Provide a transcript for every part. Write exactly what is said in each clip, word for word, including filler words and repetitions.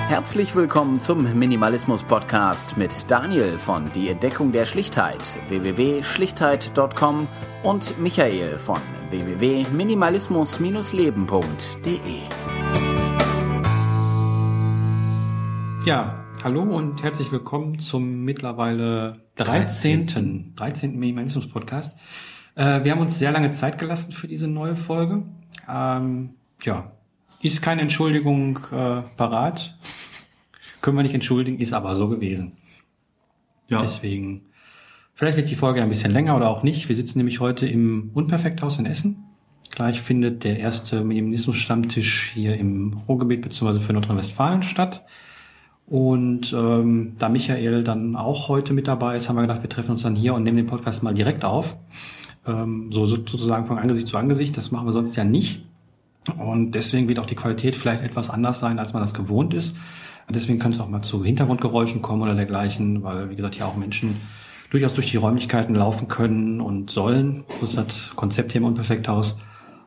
Herzlich willkommen zum Minimalismus-Podcast mit Daniel von Die Entdeckung der Schlichtheit w w w punkt schlichtheit punkt com und Michael von w w w punkt minimalismus leben punkt de. Ja, hallo und herzlich willkommen zum mittlerweile dreizehnten Minimalismus-Podcast. Äh, wir haben uns sehr lange Zeit gelassen für diese neue Folge. Ähm, ja, ist keine Entschuldigung äh, parat. Können wir nicht entschuldigen, ist aber so gewesen. Ja. Deswegen, vielleicht wird die Folge ein bisschen länger oder auch nicht. Wir sitzen nämlich heute im Unperfekthaus in Essen. Gleich findet der erste Minimalismus-Stammtisch hier im Ruhrgebiet bzw. für Nordrhein-Westfalen statt. Und ähm, da Michael dann auch heute mit dabei ist, haben wir gedacht, wir treffen uns dann hier und nehmen den Podcast mal direkt auf. Ähm, so sozusagen von Angesicht zu Angesicht. Das machen wir sonst ja nicht. Und deswegen wird auch die Qualität vielleicht etwas anders sein, als man das gewohnt ist. Deswegen kann es auch mal zu Hintergrundgeräuschen kommen oder dergleichen, weil, wie gesagt, hier auch Menschen durchaus durch die Räumlichkeiten laufen können und sollen. So ist das Konzept hier im Unperfekthaus.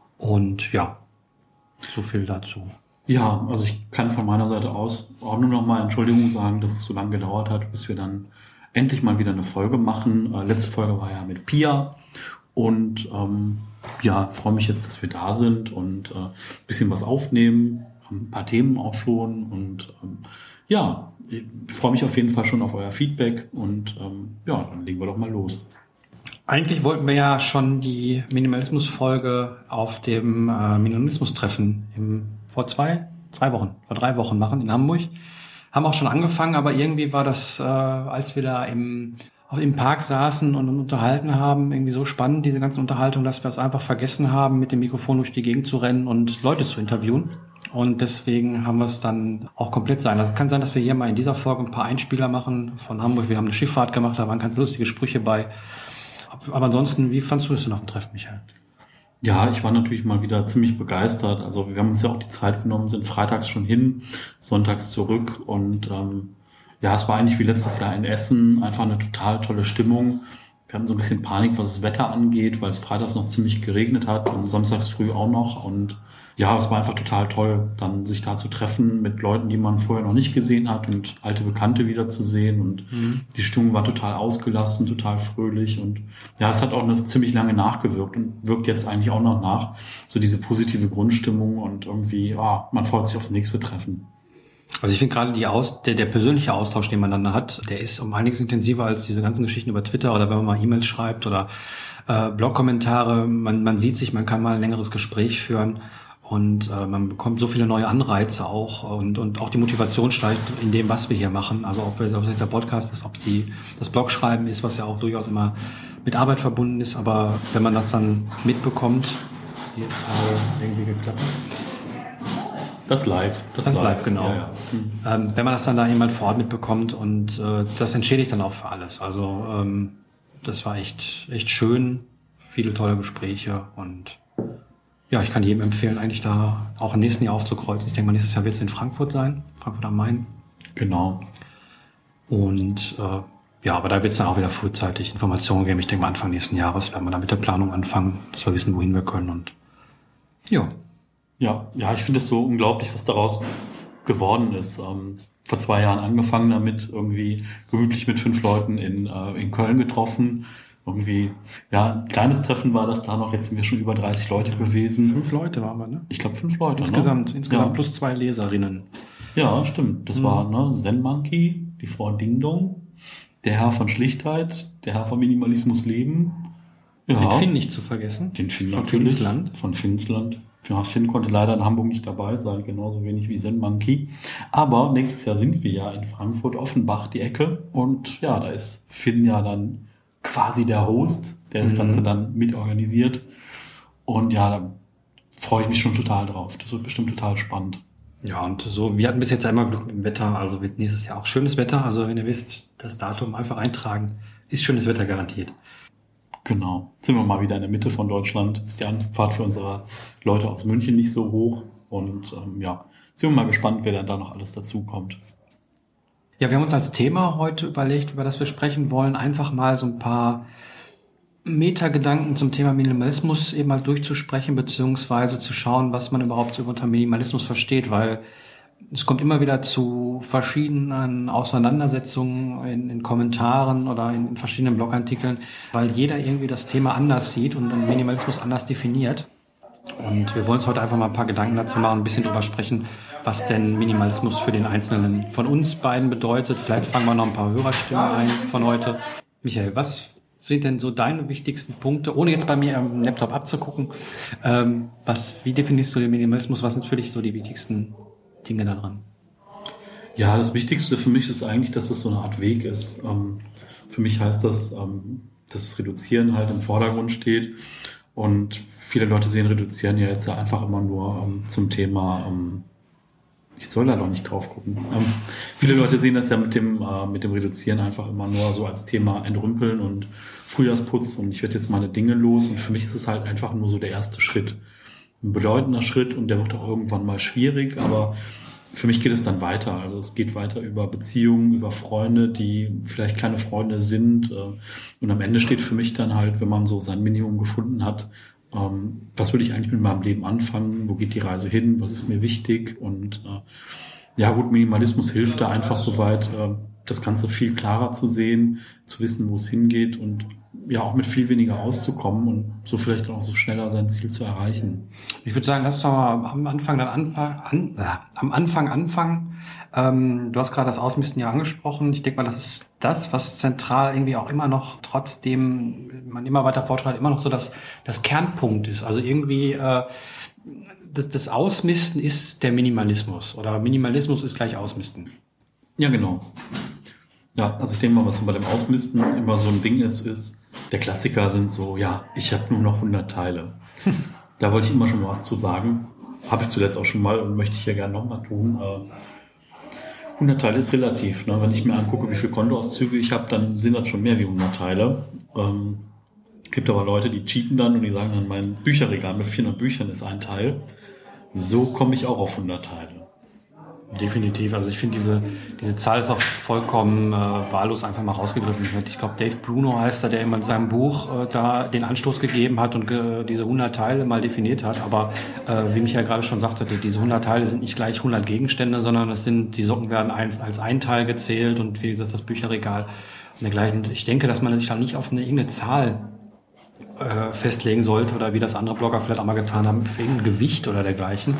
Und ja, so viel dazu. Ja, also ich kann von meiner Seite aus auch nur noch mal Entschuldigung sagen, dass es so lange gedauert hat, bis wir dann endlich mal wieder eine Folge machen. Äh, letzte Folge war ja mit Pia und ähm, ja, freue mich jetzt, dass wir da sind und äh, ein bisschen was aufnehmen, haben ein paar Themen auch schon und ähm, ja, ich freue mich auf jeden Fall schon auf euer Feedback und ähm, ja, dann legen wir doch mal los. Eigentlich wollten wir ja schon die Minimalismus-Folge auf dem äh, Minimalismus-Treffen im, vor zwei, drei Wochen, vor drei Wochen machen in Hamburg. Haben auch schon angefangen, aber irgendwie war das, äh, als wir da im im Park saßen und uns unterhalten haben, irgendwie so spannend, diese ganzen Unterhaltungen, dass wir es einfach vergessen haben, mit dem Mikrofon durch die Gegend zu rennen und Leute zu interviewen. Und deswegen haben wir es dann auch komplett sein. Also es kann sein, dass wir hier mal in dieser Folge ein paar Einspieler machen von Hamburg. Wir haben eine Schifffahrt gemacht, da waren ganz lustige Sprüche bei. Aber ansonsten, wie fandst du es denn auf dem Treffen, Michael? Ja, ich war natürlich mal wieder ziemlich begeistert. Also wir haben uns ja auch die Zeit genommen, sind freitags schon hin, sonntags zurück und ähm, ja, es war eigentlich wie letztes Jahr in Essen, einfach eine total tolle Stimmung. Wir hatten so ein bisschen Panik, was das Wetter angeht, weil es freitags noch ziemlich geregnet hat und samstags früh auch noch. Und ja, es war einfach total toll, dann sich da zu treffen mit Leuten, die man vorher noch nicht gesehen hat und alte Bekannte wiederzusehen. Und mhm. die Stimmung war total ausgelassen, total fröhlich. Und ja, es hat auch eine ziemlich lange nachgewirkt und wirkt jetzt eigentlich auch noch nach. So diese positive Grundstimmung und irgendwie, ah, man freut sich aufs nächste Treffen. Also ich finde gerade die Aus, der, der persönliche Austausch, den man dann hat, der ist um einiges intensiver als diese ganzen Geschichten über Twitter oder wenn man mal E-Mails schreibt oder äh, Blog-Kommentare. Man, man sieht sich, man kann mal ein längeres Gespräch führen und äh, man bekommt so viele neue Anreize auch und, und auch die Motivation steigt in dem, was wir hier machen. Also ob, wir, ob es jetzt der Podcast ist, ob es die, das Blogschreiben ist, was ja auch durchaus immer mit Arbeit verbunden ist. Aber wenn man das dann mitbekommt, hier ist gerade irgendwie geklappt. Das Live. Das, das Live, live, genau. Ja, ja. Mhm. Ähm, wenn man das dann da jemand vor Ort mitbekommt und äh, das entschädigt dann auch für alles. Also ähm, das war echt echt schön, viele tolle Gespräche und ja, ich kann jedem empfehlen, eigentlich da auch im nächsten Jahr aufzukreuzen. Ich denke mal, nächstes Jahr wird es in Frankfurt sein, Frankfurt am Main. Genau. Und äh, ja, aber da wird es dann auch wieder frühzeitig Informationen geben. Ich denke mal, Anfang nächsten Jahres werden wir dann mit der Planung anfangen, dass wir wissen, wohin wir können und ja. Ja, ja, ich finde es so unglaublich, was daraus geworden ist. Ähm, vor zwei Jahren angefangen damit, irgendwie gemütlich mit fünf Leuten in, äh, in Köln getroffen. Irgendwie, ja, ein kleines Treffen war das da noch. Jetzt sind wir schon über dreißig Leute gewesen. Fünf Leute waren wir, ne? Ich glaube fünf Leute. Insgesamt, ne? insgesamt ja. plus zwei Leserinnen. Ja, stimmt. Das mhm. war ne, Zen Monkey, die Frau Ding Dong, der Herr von Schlichtheit, der Herr von Minimalismus Leben. Ja. Den Finn nicht zu vergessen. Den Finn von Finsland. Von Finsland. Ja, Finn konnte leider in Hamburg nicht dabei sein, genauso wenig wie Zen Monkey. Aber nächstes Jahr sind wir ja in Frankfurt, Offenbach, die Ecke. Und ja, da ist Finn ja dann quasi der Host, der das mhm. Ganze dann mitorganisiert. Und ja, da freue ich mich schon total drauf. Das wird bestimmt total spannend. Ja, und so, wir hatten bis jetzt ja immer Glück mit dem Wetter, also wird nächstes Jahr auch schönes Wetter. Also wenn ihr wisst, das Datum einfach eintragen, ist schönes Wetter garantiert. Genau. Sind wir mal wieder in der Mitte von Deutschland. Ist die Anfahrt für unsere Leute aus München nicht so hoch. Und ähm, ja, sind wir mal gespannt, wer dann da noch alles dazu kommt. Ja, wir haben uns als Thema heute überlegt, über das wir sprechen wollen, einfach mal so ein paar Metagedanken zum Thema Minimalismus eben halt durchzusprechen, beziehungsweise zu schauen, was man überhaupt unter Minimalismus versteht, weil es kommt immer wieder zu verschiedenen Auseinandersetzungen in, in Kommentaren oder in, in verschiedenen Blogartikeln, weil jeder irgendwie das Thema anders sieht und den Minimalismus anders definiert. Und wir wollen uns heute einfach mal ein paar Gedanken dazu machen, ein bisschen drüber sprechen, was denn Minimalismus für den Einzelnen von uns beiden bedeutet. Vielleicht fangen wir noch ein paar Hörerstimmen ein von heute. Michael, was sind denn so deine wichtigsten Punkte, ohne jetzt bei mir am Laptop abzugucken? Ähm, was, wie definierst du den Minimalismus? Was sind für dich so die wichtigsten Dinge daran? Ja, das Wichtigste für mich ist eigentlich, dass es so eine Art Weg ist. Ähm, für mich heißt das, ähm, dass das Reduzieren halt im Vordergrund steht. Und viele Leute sehen Reduzieren ja jetzt ja einfach immer nur ähm, zum Thema, ähm, ich soll da doch nicht drauf gucken. Ähm, viele Leute sehen das ja mit dem, äh, mit dem Reduzieren einfach immer nur so als Thema Entrümpeln und Frühjahrsputz und ich werde jetzt meine Dinge los. Und für mich ist es halt einfach nur so der erste Schritt. Ein bedeutender Schritt und der wird auch irgendwann mal schwierig, aber für mich geht es dann weiter. Also es geht weiter über Beziehungen, über Freunde, die vielleicht keine Freunde sind. Und am Ende steht für mich dann halt, wenn man so sein Minimum gefunden hat, was will ich eigentlich mit meinem Leben anfangen? Wo geht die Reise hin? Was ist mir wichtig? Und ja gut, Minimalismus hilft da einfach soweit, das Ganze viel klarer zu sehen, zu wissen, wo es hingeht und ja auch mit viel weniger auszukommen und so vielleicht auch so schneller sein Ziel zu erreichen. Ich würde sagen, lass uns doch mal am Anfang dann an, an, äh, am Anfang anfangen. Ähm, du hast gerade das Ausmisten ja angesprochen. Ich denke mal, das ist das, was zentral irgendwie auch immer noch, trotzdem man immer weiter fortschreitet, immer noch so das, das Kernpunkt ist. Also irgendwie äh, das, das Ausmisten ist der Minimalismus oder Minimalismus ist gleich Ausmisten. Ja, genau. Ja, also ich denke mal, was bei dem Ausmisten immer so ein Ding ist, ist, der Klassiker sind so, ja, ich habe nur noch hundert Teile. Da wollte ich immer schon mal was zu sagen. Habe ich zuletzt auch schon mal und möchte ich ja gerne nochmal tun. hundert Teile ist relativ. Ne? Wenn ich mir angucke, wie viele Kontoauszüge ich habe, dann sind das schon mehr wie hundert Teile. Ähm, gibt aber Leute, die cheaten dann und die sagen dann, mein Bücherregal mit vierhundert Büchern ist ein Teil. So komme ich auch auf hundert Teile. Definitiv. Also ich finde, diese diese Zahl ist auch vollkommen äh, wahllos einfach mal rausgegriffen. Ich glaube, Dave Bruno heißt er, der immer in seinem Buch äh, da den Anstoß gegeben hat und äh, diese hundert Teile mal definiert hat. Aber äh, wie Michael gerade schon sagte, diese hundert Teile sind nicht gleich hundert Gegenstände, sondern es sind, die Socken werden ein, als ein Teil gezählt und wie gesagt, das Bücherregal und dergleichen. Ich denke, dass man sich da nicht auf eine irgendeine Zahl äh, festlegen sollte oder wie das andere Blogger vielleicht auch mal getan haben, für irgendein Gewicht oder dergleichen.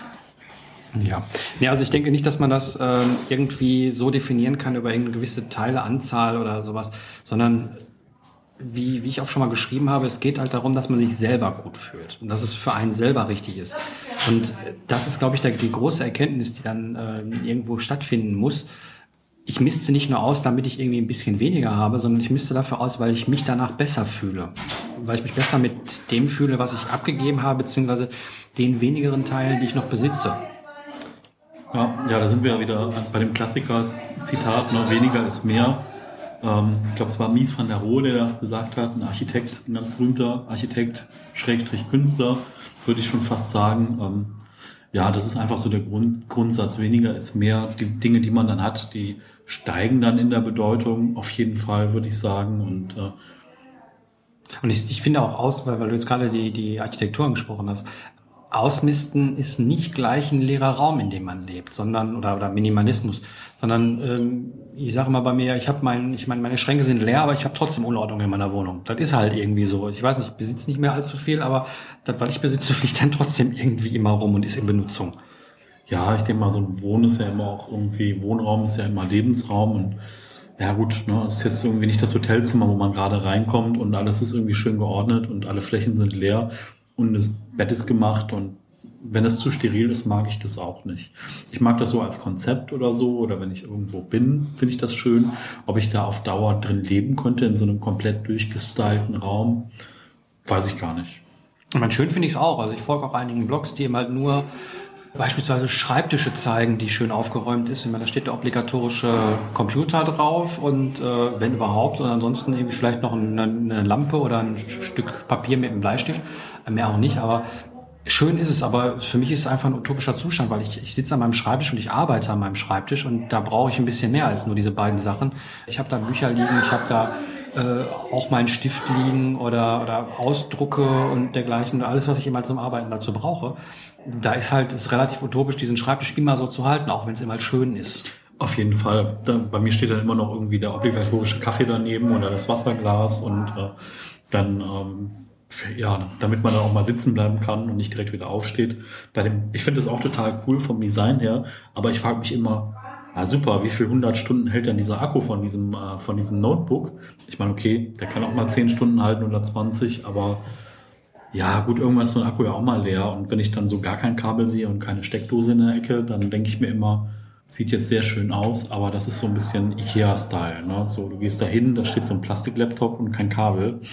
Ja, nee, also ich denke nicht, dass man das ähm, irgendwie so definieren kann über irgendeine gewisse Teileanzahl oder sowas, sondern wie, wie ich auch schon mal geschrieben habe, es geht halt darum, dass man sich selber gut fühlt und dass es für einen selber richtig ist. Und das ist, glaube ich, der, die große Erkenntnis, die dann äh, irgendwo stattfinden muss. Ich misste nicht nur aus, damit ich irgendwie ein bisschen weniger habe, sondern ich misste dafür aus, weil ich mich danach besser fühle. Weil ich mich besser mit dem fühle, was ich abgegeben habe, beziehungsweise den wenigeren Teilen, die ich noch besitze. Ja, ja, da sind wir wieder bei dem Klassiker-Zitat, ne, weniger ist mehr. Ähm, ich glaube, es war Mies van der Rohe, der das gesagt hat, ein Architekt, ein ganz berühmter Architekt, Schrägstrich Künstler, würde ich schon fast sagen. Ähm, ja, das ist einfach so der Grund, Grundsatz, weniger ist mehr. Die Dinge, die man dann hat, die steigen dann in der Bedeutung, auf jeden Fall, würde ich sagen. Und äh, Und ich, ich finde auch aus, weil, weil du jetzt gerade die, die Architektur angesprochen hast, Ausmisten ist nicht gleich ein leerer Raum, in dem man lebt, sondern oder oder Minimalismus, sondern ähm, ich sage immer bei mir, ich habe mein, ich meine, meine Schränke sind leer, aber ich habe trotzdem Unordnung in meiner Wohnung. Das ist halt irgendwie so. Ich weiß nicht, ich besitze nicht mehr allzu viel, aber das, was ich besitze, fliegt dann trotzdem irgendwie immer rum und ist in Benutzung. Ja, ich denke mal, so ein Wohnen ist ja immer auch irgendwie, Wohnraum ist ja immer Lebensraum und ja gut, ne, es ist jetzt irgendwie nicht das Hotelzimmer, wo man gerade reinkommt und alles ist irgendwie schön geordnet und alle Flächen sind leer. Und das Bett ist gemacht und wenn es zu steril ist, mag ich das auch nicht. Ich mag das so als Konzept oder so oder wenn ich irgendwo bin, finde ich das schön. Ob ich da auf Dauer drin leben könnte in so einem komplett durchgestylten Raum, weiß ich gar nicht. Ich meine, schön finde ich es auch. Also ich folge auch einigen Blogs, die eben halt nur beispielsweise Schreibtische zeigen, die schön aufgeräumt ist. Ich meine, da steht der obligatorische Computer drauf und äh, wenn überhaupt und ansonsten irgendwie vielleicht noch eine, eine Lampe oder ein Stück Papier mit einem Bleistift. Mehr auch nicht, aber schön ist es. Aber für mich ist es einfach ein utopischer Zustand, weil ich, ich sitze an meinem Schreibtisch und ich arbeite an meinem Schreibtisch und da brauche ich ein bisschen mehr als nur diese beiden Sachen. Ich habe da Bücher liegen, ich habe da äh, auch meinen Stift liegen oder, oder ausdrucke und dergleichen, alles, was ich immer zum Arbeiten dazu brauche. Da ist halt, ist relativ utopisch, diesen Schreibtisch immer so zu halten, auch wenn es immer schön ist. Auf jeden Fall. Da, bei mir steht dann immer noch irgendwie der obligatorische Kaffee daneben oder das Wasserglas und äh, dann, ähm, ja, damit man dann auch mal sitzen bleiben kann und nicht direkt wieder aufsteht. Bei dem, ich finde das auch total cool vom Design her, aber ich frage mich immer, na super, wie viel hundert Stunden hält denn dieser Akku von diesem, äh, von diesem Notebook? Ich meine, okay, der kann auch mal zehn Stunden halten oder zwanzig, aber ja, gut, irgendwann ist so ein Akku ja auch mal leer und wenn ich dann so gar kein Kabel sehe und keine Steckdose in der Ecke, dann denke ich mir immer, sieht jetzt sehr schön aus, aber das ist so ein bisschen Ikea-Style, ne? So, du gehst da hin, da steht so ein Plastiklaptop und kein Kabel.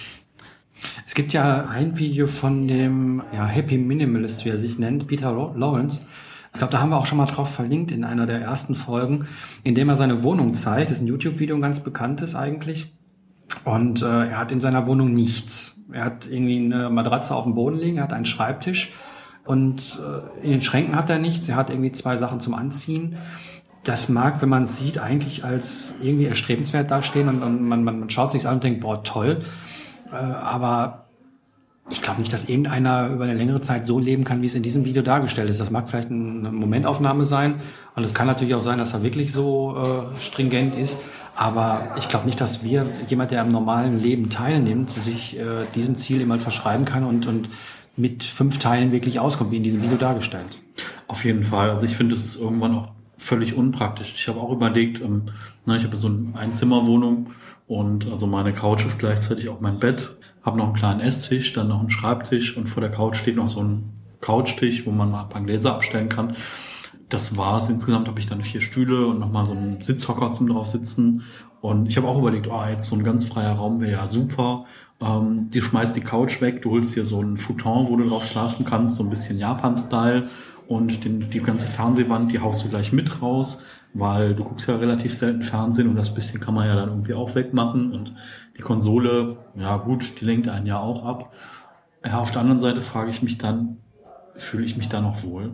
Es gibt ja ein Video von dem ja, Happy Minimalist, wie er sich nennt, Peter Lawrence. Ich glaube, da haben wir auch schon mal drauf verlinkt in einer der ersten Folgen, in dem er seine Wohnung zeigt. Das ist ein YouTube-Video, ein ganz bekanntes eigentlich. Und äh, er hat in seiner Wohnung nichts. Er hat irgendwie eine Matratze auf dem Boden liegen, er hat einen Schreibtisch und äh, in den Schränken hat er nichts. Er hat irgendwie zwei Sachen zum Anziehen. Das mag, wenn man es sieht, eigentlich als irgendwie erstrebenswert dastehen und, und man, man, man schaut sich an und denkt, boah, toll. Äh, aber ich glaube nicht, dass irgendeiner über eine längere Zeit so leben kann, wie es in diesem Video dargestellt ist. Das mag vielleicht eine Momentaufnahme sein und es kann natürlich auch sein, dass er wirklich so äh, stringent ist. Aber ich glaube nicht, dass wir, jemand, der am normalen Leben teilnimmt, sich äh, diesem Ziel immer verschreiben kann und, und mit fünf Teilen wirklich auskommt, wie in diesem Video dargestellt. Auf jeden Fall. Also ich finde, es ist irgendwann auch völlig unpraktisch. Ich habe auch überlegt, ähm, na, ich habe so eine Einzimmerwohnung und also meine Couch ist gleichzeitig auch mein Bett. Habe noch einen kleinen Esstisch, dann noch einen Schreibtisch und vor der Couch steht noch so ein Couchtisch, wo man mal ein paar Gläser abstellen kann. Das war's. Insgesamt habe ich dann vier Stühle und nochmal so einen Sitzhocker zum drauf sitzen. Und ich habe auch überlegt, oh, jetzt so ein ganz freier Raum wäre ja super. Ähm, du schmeißt die Couch weg, du holst dir so einen Futon, wo du drauf schlafen kannst, so ein bisschen Japan-Style. Und den, die ganze Fernsehwand, die haust du gleich mit raus, weil du guckst ja relativ selten Fernsehen und das bisschen kann man ja dann irgendwie auch wegmachen. Und die Konsole, ja gut, die lenkt einen ja auch ab. Ja, auf der anderen Seite frage ich mich dann, fühle ich mich da noch wohl?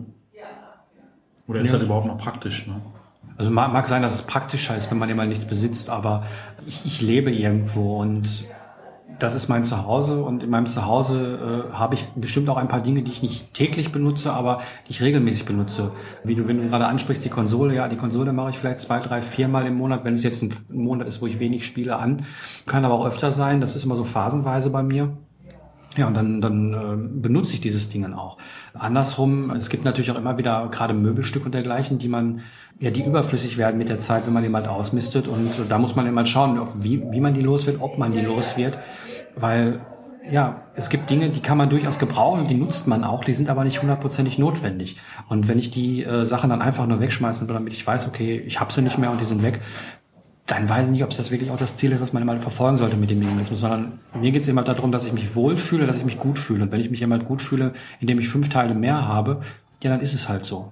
Oder ist ja. das überhaupt noch praktisch? Ne? Also mag, mag sein, dass es praktischer ist, wenn man immer nichts besitzt, aber ich, ich lebe irgendwo und das ist mein Zuhause und in meinem Zuhause äh, habe ich bestimmt auch ein paar Dinge, die ich nicht täglich benutze, aber die ich regelmäßig benutze. Wie du, wenn du gerade ansprichst, die Konsole, ja, die Konsole mache ich vielleicht zwei, drei, vier Mal im Monat, wenn es jetzt ein Monat ist, wo ich wenig spiele, an. Kann aber auch öfter sein, das ist immer so phasenweise bei mir. Ja, und dann, dann äh, benutze ich dieses Ding dann auch. Andersrum, es gibt natürlich auch immer wieder gerade Möbelstücke und dergleichen, die man, ja, die überflüssig werden mit der Zeit, wenn man die mal ausmistet. Und äh, da muss man immer schauen, ob, wie, wie man die los wird, ob man die los wird. Weil, ja, es gibt Dinge, die kann man durchaus gebrauchen und die nutzt man auch, die sind aber nicht hundertprozentig notwendig. Und wenn ich die äh, Sachen dann einfach nur wegschmeißen will, damit ich weiß, okay, ich habe sie nicht mehr und die sind weg, dann weiß ich nicht, ob es das wirklich auch das Ziel ist, was man immer verfolgen sollte mit dem Minimalismus, sondern mir geht es immer darum, dass ich mich wohlfühle, dass ich mich gut fühle. Und wenn ich mich immer gut fühle, indem ich fünf Teile mehr habe, ja, dann ist es halt so.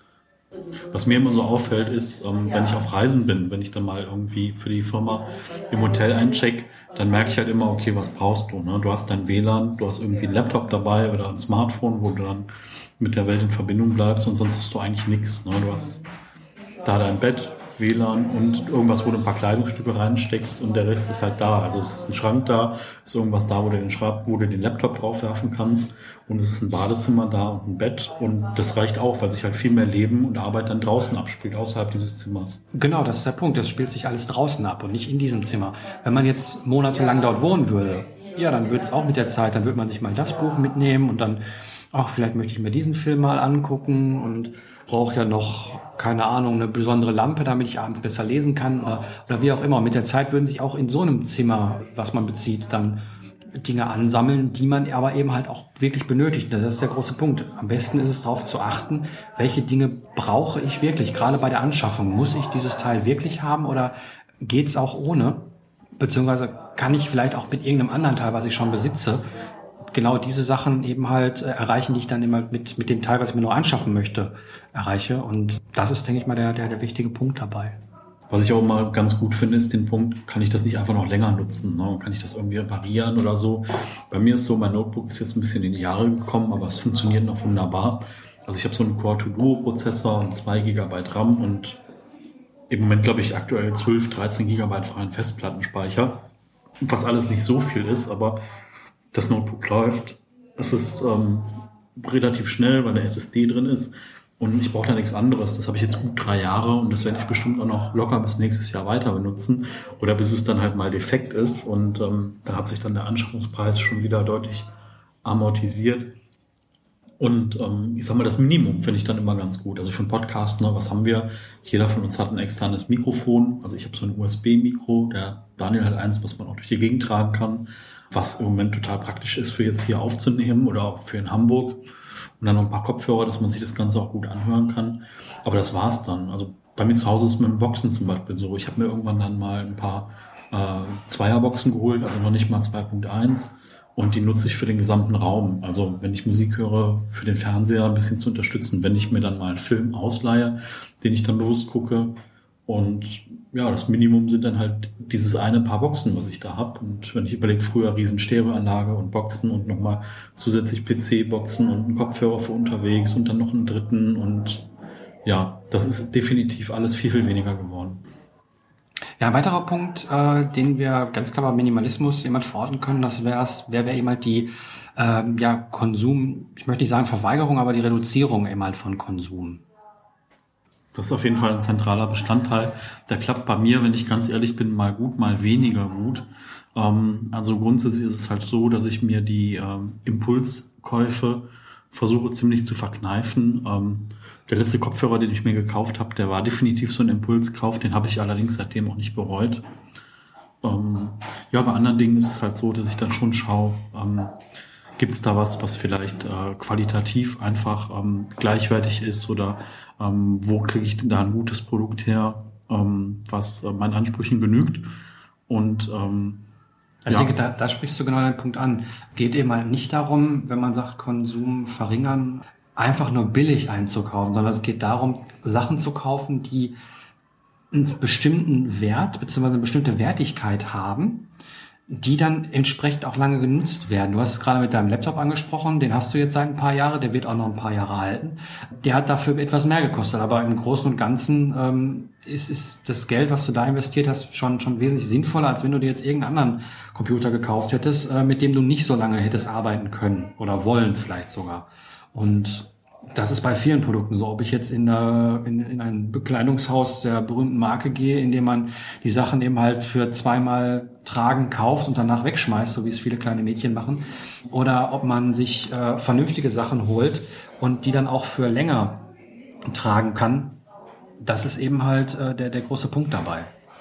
Was mir immer so auffällt, ist, ähm, wenn ich auf Reisen bin, wenn ich dann mal irgendwie für die Firma im Hotel eincheck, dann merke ich halt immer, okay, was brauchst du? Ne? Du hast dein W L A N, du hast irgendwie einen Laptop dabei oder ein Smartphone, wo du dann mit der Welt in Verbindung bleibst und sonst hast du eigentlich nichts. Ne? Du hast da dein Bett, W L A N und irgendwas, wo du ein paar Kleidungsstücke reinsteckst und der Rest ist halt da. Also es ist ein Schrank da, es ist irgendwas da, wo du den Schreib, wo du den Laptop draufwerfen kannst und es ist ein Badezimmer da und ein Bett und das reicht auch, weil sich halt viel mehr Leben und Arbeit dann draußen abspielt, außerhalb dieses Zimmers. Genau, das ist der Punkt. Das spielt sich alles draußen ab und nicht in diesem Zimmer. Wenn man jetzt monatelang dort wohnen würde, ja, dann würde es auch mit der Zeit, dann würde man sich mal das Buch mitnehmen und dann, ach, vielleicht möchte ich mir diesen Film mal angucken und brauche ja noch, keine Ahnung, eine besondere Lampe, damit ich abends besser lesen kann oder, oder wie auch immer. Und mit der Zeit würden sich auch in so einem Zimmer, was man bezieht, dann Dinge ansammeln, die man aber eben halt auch wirklich benötigt. Das ist der große Punkt. Am besten ist es darauf zu achten, welche Dinge brauche ich wirklich. Gerade bei der Anschaffung, muss ich dieses Teil wirklich haben oder geht's auch ohne? Beziehungsweise kann ich vielleicht auch mit irgendeinem anderen Teil, was ich schon besitze, genau diese Sachen eben halt äh, erreichen, die ich dann immer mit mit dem Teil, was ich mir nur anschaffen möchte, erreiche. Und das ist, denke ich mal, der der der wichtige Punkt dabei. Was ich auch mal ganz gut finde, ist den Punkt, kann ich das nicht einfach noch länger nutzen? Ne? Kann ich das irgendwie reparieren oder so? Bei mir ist so, mein Notebook ist jetzt ein bisschen in die Jahre gekommen, aber es funktioniert noch wunderbar. Also ich habe so einen Core zwei Duo Prozessor und zwei Gigabyte RAM und im Moment glaube ich aktuell zwölf, dreizehn Gigabyte freien Festplattenspeicher. was alles nicht so viel ist, aber das Notebook läuft. Es ist ähm, relativ schnell, weil eine S S D drin ist und ich brauche da nichts anderes. Das habe ich jetzt gut drei Jahre und das werde ich bestimmt auch noch locker bis nächstes Jahr weiter benutzen oder bis es dann halt mal defekt ist und ähm, da hat sich dann der Anschaffungspreis schon wieder deutlich amortisiert. Und ähm, ich sag mal, das Minimum finde ich dann immer ganz gut. Also für einen Podcast, ne, was haben wir? Jeder von uns hat ein externes Mikrofon. Also ich habe so ein U S B-Mikro, der Daniel hat eins, was man auch durch die Gegend tragen kann, was im Moment total praktisch ist für jetzt hier aufzunehmen oder auch für in Hamburg. Und dann noch ein paar Kopfhörer, dass man sich das Ganze auch gut anhören kann. Aber das war's dann. Also bei mir zu Hause ist es mit dem Boxen zum Beispiel so. Ich habe mir irgendwann dann mal ein paar äh, Zweierboxen geholt, also noch nicht mal zwei Punkt eins. Und die nutze ich für den gesamten Raum. Also wenn ich Musik höre, für den Fernseher ein bisschen zu unterstützen, wenn ich mir dann mal einen Film ausleihe, den ich dann bewusst gucke. Und ja, das Minimum sind dann halt dieses eine Paar Boxen, was ich da habe. Und wenn ich überlege, früher riesen Stereoanlage und Boxen und nochmal zusätzlich P C-Boxen und einen Kopfhörer für unterwegs und dann noch einen dritten. Und ja, das ist definitiv alles viel, viel weniger geworden. Ja, ein weiterer Punkt, äh, den wir ganz klar beim Minimalismus jemand verorten können, das wäre wär, wär eben halt die äh, ja, Konsum, ich möchte nicht sagen Verweigerung, aber die Reduzierung eben halt von Konsum. Das ist auf jeden Fall ein zentraler Bestandteil. Der klappt bei mir, wenn ich ganz ehrlich bin, mal gut, mal weniger gut. Ähm, also grundsätzlich ist es halt so, dass ich mir die ähm, Impulskäufe versuche ziemlich zu verkneifen. Ähm, Der letzte Kopfhörer, den ich mir gekauft habe, der war definitiv so ein Impulskauf. Den habe ich allerdings seitdem auch nicht bereut. Ähm, ja, bei anderen Dingen ist es halt so, dass ich dann schon schaue, ähm, gibt es da was, was vielleicht äh, qualitativ einfach ähm, gleichwertig ist oder ähm, wo kriege ich denn da ein gutes Produkt her, ähm, was äh, meinen Ansprüchen genügt. Und ähm, Also ja. ich denke, da, da sprichst du genau den Punkt an. Es geht eben halt nicht darum, wenn man sagt, Konsum verringern, einfach nur billig einzukaufen, sondern es geht darum, Sachen zu kaufen, die einen bestimmten Wert bzw. eine bestimmte Wertigkeit haben, die dann entsprechend auch lange genutzt werden. Du hast es gerade mit deinem Laptop angesprochen, den hast du jetzt seit ein paar Jahren, der wird auch noch ein paar Jahre halten. Der hat dafür etwas mehr gekostet, aber im Großen und Ganzen ähm, ist, ist das Geld, was du da investiert hast, schon schon wesentlich sinnvoller, als wenn du dir jetzt irgendeinen anderen Computer gekauft hättest, äh, mit dem du nicht so lange hättest arbeiten können oder wollen vielleicht sogar. Und das ist bei vielen Produkten so. Ob ich jetzt in, der, in, in ein Bekleidungshaus der berühmten Marke gehe, in dem man die Sachen eben halt für zweimal tragen kauft und danach wegschmeißt, so wie es viele kleine Mädchen machen, oder ob man sich äh, vernünftige Sachen holt und die dann auch für länger tragen kann, das ist eben halt äh, der, der große Punkt dabei.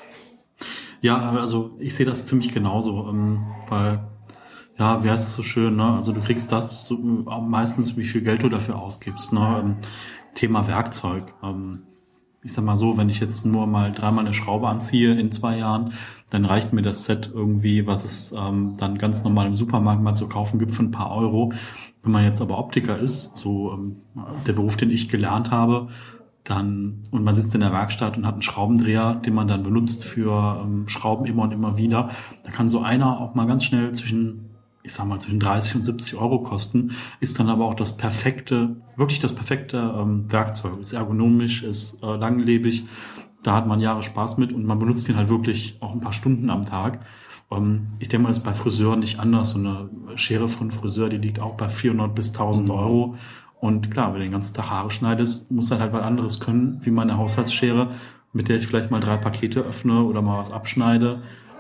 Ja, also ich sehe das ziemlich genauso, ähm, weil ja, wie heißt es so schön, ne? Also du kriegst das so, meistens, wie viel Geld du dafür ausgibst, ne? Ähm, Thema Werkzeug. Ähm, ich sag mal so, wenn ich jetzt nur mal dreimal eine Schraube anziehe in zwei Jahren, dann reicht mir das Set irgendwie, was es ähm, dann ganz normal im Supermarkt mal zu kaufen gibt, für ein paar Euro. Wenn man jetzt aber Optiker ist, so ähm, der Beruf, den ich gelernt habe, dann und man sitzt in der Werkstatt und hat einen Schraubendreher, den man dann benutzt für ähm, Schrauben immer und immer wieder, da kann so einer auch mal ganz schnell zwischen ich sag mal, zwischen dreißig und siebzig Euro kosten, ist dann aber auch das perfekte, wirklich das perfekte ähm, Werkzeug. Ist ergonomisch, ist äh, langlebig, da hat man Jahre Spaß mit und man benutzt den halt wirklich auch ein paar Stunden am Tag. Ähm, ich denke mal, das ist bei Friseuren nicht anders. So eine Schere von Friseur, die liegt auch bei vierhundert bis tausend Euro. Und klar, wenn du den ganzen Tag Haare schneidest, muss halt halt was anderes können, wie meine Haushaltsschere, mit der ich vielleicht mal drei Pakete öffne oder mal was abschneide.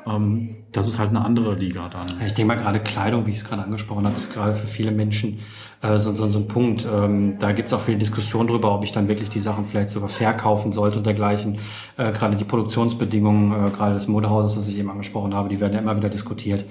Das ist halt eine andere Liga dann. Ich denke mal, gerade Kleidung, wie ich es gerade angesprochen habe, ist gerade für viele Menschen äh, so, so, so ein Punkt. Ähm, da gibt es auch viel Diskussion drüber, ob ich dann wirklich die Sachen vielleicht sogar verkaufen sollte und dergleichen. Äh, gerade die Produktionsbedingungen, äh, gerade des Modehauses, das ich eben angesprochen habe, die werden ja immer wieder diskutiert.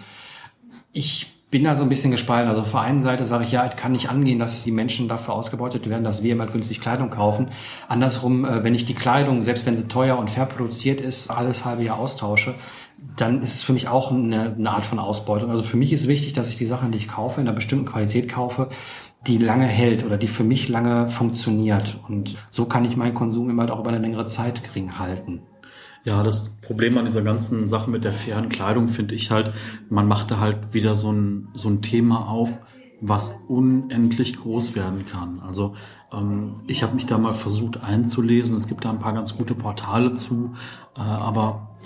Ich bin da so ein bisschen gespalten. Also auf der einen Seite sage ich, ja, es kann nicht angehen, dass die Menschen dafür ausgebeutet werden, dass wir immer günstig Kleidung kaufen. Andersrum, äh, wenn ich die Kleidung, selbst wenn sie teuer und fair produziert ist, alles halbe Jahr austausche, dann ist es für mich auch eine, eine Art von Ausbeutung. Also für mich ist wichtig, dass ich die Sachen, die ich kaufe, in einer bestimmten Qualität kaufe, die lange hält oder die für mich lange funktioniert. Und so kann ich meinen Konsum immer auch über eine längere Zeit gering halten. Ja, das Problem an dieser ganzen Sache mit der fairen Kleidung finde ich halt, man macht da halt wieder so ein, so ein Thema auf, was unendlich groß werden kann. Also ähm, ich habe mich da mal versucht einzulesen. Es gibt da ein paar ganz gute Portale zu, äh, aber pff, das,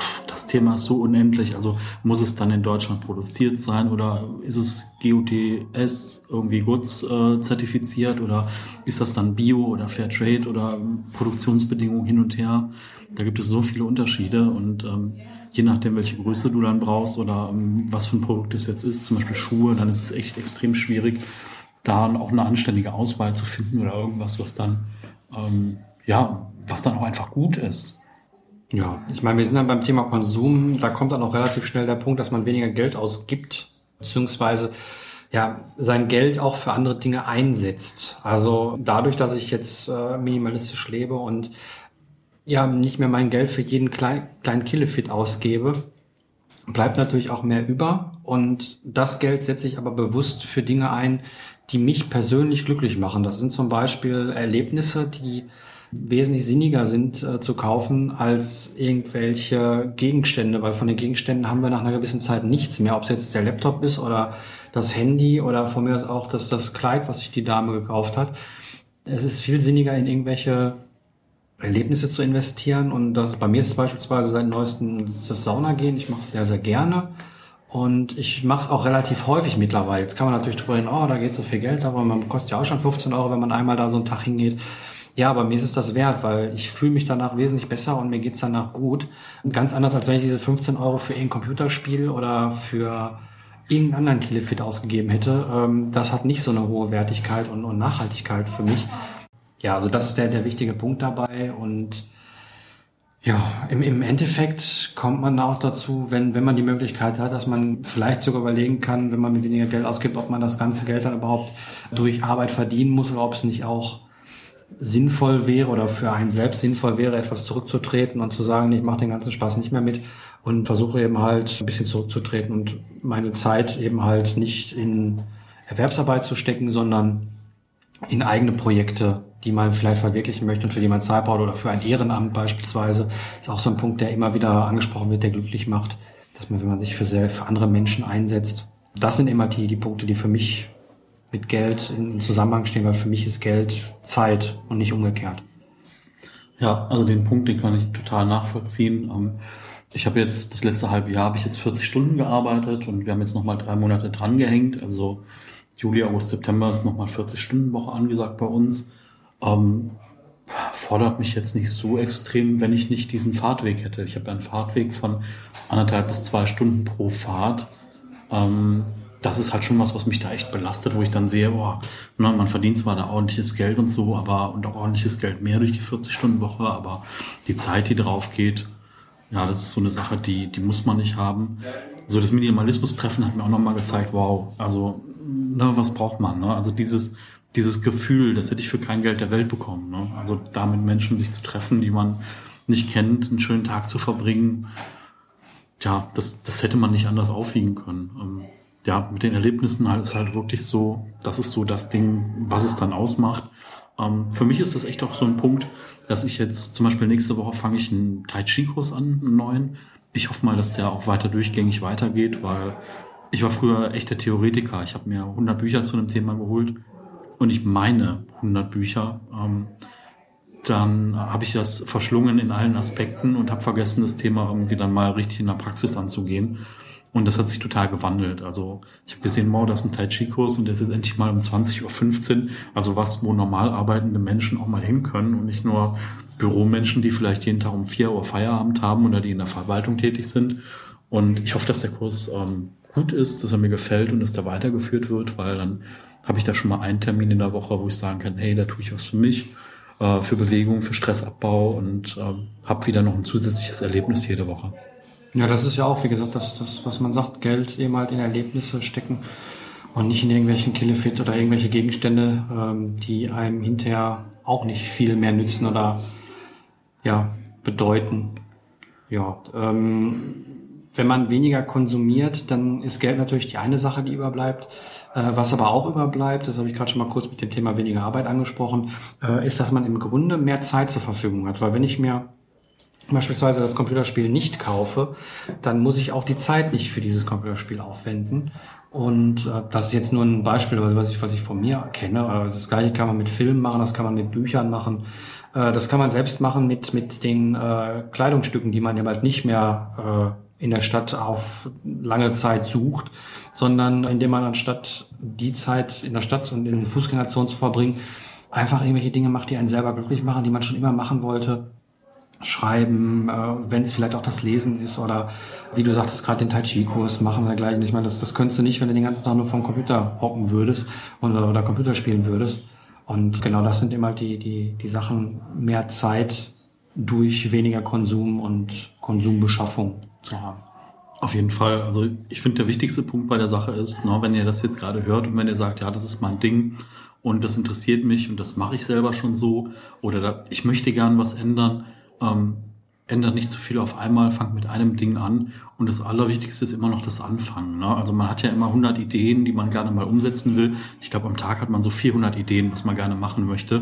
Thema ist so unendlich, also muss es dann in Deutschland produziert sein oder ist es G O T S irgendwie Goods äh, zertifiziert oder ist das dann Bio oder Fairtrade oder Produktionsbedingungen hin und her? Da gibt es so viele Unterschiede und ähm, je nachdem, welche Größe du dann brauchst oder ähm, was für ein Produkt es jetzt ist, zum Beispiel Schuhe, dann ist es echt extrem schwierig, da auch eine anständige Auswahl zu finden oder irgendwas, was dann ähm, ja, was dann auch einfach gut ist. Ja, ich meine, wir sind dann beim Thema Konsum, da kommt dann auch relativ schnell der Punkt, dass man weniger Geld ausgibt, beziehungsweise ja, sein Geld auch für andere Dinge einsetzt. Also dadurch, dass ich jetzt äh, minimalistisch lebe und ja nicht mehr mein Geld für jeden klein, kleinen Killefit ausgebe, bleibt natürlich auch mehr über und das Geld setze ich aber bewusst für Dinge ein, die mich persönlich glücklich machen. Das sind zum Beispiel Erlebnisse, die wesentlich sinniger sind äh, zu kaufen als irgendwelche Gegenstände, weil von den Gegenständen haben wir nach einer gewissen Zeit nichts mehr, ob es jetzt der Laptop ist oder das Handy oder von mir aus auch das, das Kleid, was sich die Dame gekauft hat. Es ist viel sinniger, in irgendwelche Erlebnisse zu investieren und das, bei mir ist es beispielsweise seit neuestem das Sauna gehen. Ich mache es sehr, sehr gerne und ich mache es auch relativ häufig mittlerweile. Jetzt kann man natürlich drüber reden, oh, da geht so viel Geld, aber man kostet ja auch schon fünfzehn Euro, wenn man einmal da so einen Tag hingeht. Ja, aber mir ist es das wert, weil ich fühle mich danach wesentlich besser und mir geht's danach gut. Ganz anders, als wenn ich diese fünfzehn Euro für irgendein Computerspiel oder für irgendeinen anderen Killefit ausgegeben hätte. Das hat nicht so eine hohe Wertigkeit und, und Nachhaltigkeit für mich. Ja, also das ist der, der wichtige Punkt dabei und ja, im, im Endeffekt kommt man auch dazu, wenn, wenn man die Möglichkeit hat, dass man vielleicht sogar überlegen kann, wenn man mit weniger Geld ausgibt, ob man das ganze Geld dann überhaupt durch Arbeit verdienen muss oder ob es nicht auch sinnvoll wäre oder für einen selbst sinnvoll wäre, etwas zurückzutreten und zu sagen, ich mache den ganzen Spaß nicht mehr mit und versuche eben halt ein bisschen zurückzutreten und meine Zeit eben halt nicht in Erwerbsarbeit zu stecken, sondern in eigene Projekte, die man vielleicht verwirklichen möchte und für die man Zeit braucht oder für ein Ehrenamt beispielsweise. Ist auch so ein Punkt, der immer wieder angesprochen wird, der glücklich macht, dass man, wenn man sich für, sehr, für andere Menschen einsetzt. Das sind immer die, die Punkte, die für mich mit Geld in Zusammenhang stehen, weil für mich ist Geld Zeit und nicht umgekehrt. Ja, also den Punkt, den kann ich total nachvollziehen. Ich habe jetzt, das letzte halbe Jahr habe ich jetzt vierzig Stunden gearbeitet und wir haben jetzt nochmal drei Monate dran gehängt. Also Juli, August, September ist nochmal vierzig Stunden Woche angesagt bei uns. Ähm, fordert mich jetzt nicht so extrem, wenn ich nicht diesen Fahrtweg hätte. Ich habe einen Fahrtweg von anderthalb bis zwei Stunden pro Fahrt. Ähm, das ist halt schon was, was mich da echt belastet, wo ich dann sehe, boah, ne, man verdient zwar da ordentliches Geld und so, aber und auch ordentliches Geld mehr durch die vierzig Stunden Woche, aber die Zeit, die drauf geht, ja, das ist so eine Sache, die, die muss man nicht haben. So das Minimalismus-Treffen hat mir auch nochmal gezeigt, wow, also, ne, was braucht man, ne? Also dieses, dieses Gefühl, das hätte ich für kein Geld der Welt bekommen, ne? Also da mit Menschen sich zu treffen, die man nicht kennt, einen schönen Tag zu verbringen, ja, das, das hätte man nicht anders aufwiegen können. Ähm, ja, mit den Erlebnissen halt ist halt wirklich so, das ist so das Ding, was es dann ausmacht. Ähm, für mich ist das echt auch so ein Punkt, dass ich jetzt zum Beispiel nächste Woche fange ich einen Tai Chi Kurs an, einen neuen. Ich hoffe mal, dass der auch weiter durchgängig weitergeht, weil ich war früher echt der Theoretiker. Ich habe mir hundert Bücher zu einem Thema geholt und ich meine hundert Bücher. Ähm, dann habe ich das verschlungen in allen Aspekten und habe vergessen, das Thema irgendwie dann mal richtig in der Praxis anzugehen. Und das hat sich total gewandelt. Also ich habe gesehen, wow, das ist ein Tai Chi Kurs und der ist jetzt endlich mal um zwanzig Uhr fünfzehn. Also was, wo normal arbeitende Menschen auch mal hin können und nicht nur Büromenschen, die vielleicht jeden Tag um vier Uhr Feierabend haben oder die in der Verwaltung tätig sind. Und ich hoffe, dass der Kurs ähm, gut ist, dass er mir gefällt und dass der weitergeführt wird, weil dann habe ich da schon mal einen Termin in der Woche, wo ich sagen kann, hey, da tue ich was für mich, äh, für Bewegung, für Stressabbau und äh, habe wieder noch ein zusätzliches Erlebnis jede Woche. Ja, das ist ja auch, wie gesagt, das, das, was man sagt, Geld eben halt in Erlebnisse stecken und nicht in irgendwelchen Killefit oder irgendwelche Gegenstände, ähm, die einem hinterher auch nicht viel mehr nützen oder ja, bedeuten. Ja, ähm, wenn man weniger konsumiert, dann ist Geld natürlich die eine Sache, die überbleibt. Äh, was aber auch überbleibt, das habe ich gerade schon mal kurz mit dem Thema weniger Arbeit angesprochen, äh, ist, dass man im Grunde mehr Zeit zur Verfügung hat. Weil wenn ich mir beispielsweise das Computerspiel nicht kaufe, dann muss ich auch die Zeit nicht für dieses Computerspiel aufwenden. Und äh, das ist jetzt nur ein Beispiel, was ich, was ich von mir kenne. Aber das Gleiche kann man mit Filmen machen, das kann man mit Büchern machen. Äh, das kann man selbst machen mit mit den äh, Kleidungsstücken, die man ja bald nicht mehr äh, in der Stadt auf lange Zeit sucht, sondern indem man anstatt die Zeit in der Stadt und in den Fußgängerzonen zu verbringen, einfach irgendwelche Dinge macht, die einen selber glücklich machen, die man schon immer machen wollte. Schreiben, äh, wenn es vielleicht auch das Lesen ist oder wie du sagtest, gerade den Tai Chi-Kurs machen oder dergleichen. Ich meine, das, das könntest du nicht, wenn du den ganzen Tag nur vom Computer hocken würdest oder, oder Computer spielen würdest. Und genau das sind immer die, die, die Sachen, mehr Zeit durch weniger Konsum und Konsumbeschaffung zu haben. Auf jeden Fall. Also ich finde, der wichtigste Punkt bei der Sache ist, ne, wenn ihr das jetzt gerade hört und wenn ihr sagt, ja, das ist mein Ding und das interessiert mich und das mache ich selber schon so oder da, ich möchte gern was ändern, Ähm, ändert nicht zu viel auf einmal, fangt mit einem Ding an und das Allerwichtigste ist immer noch das Anfangen. Ne? Also man hat ja immer hundert Ideen, die man gerne mal umsetzen will. Ich glaube, am Tag hat man so vierhundert Ideen, was man gerne machen möchte.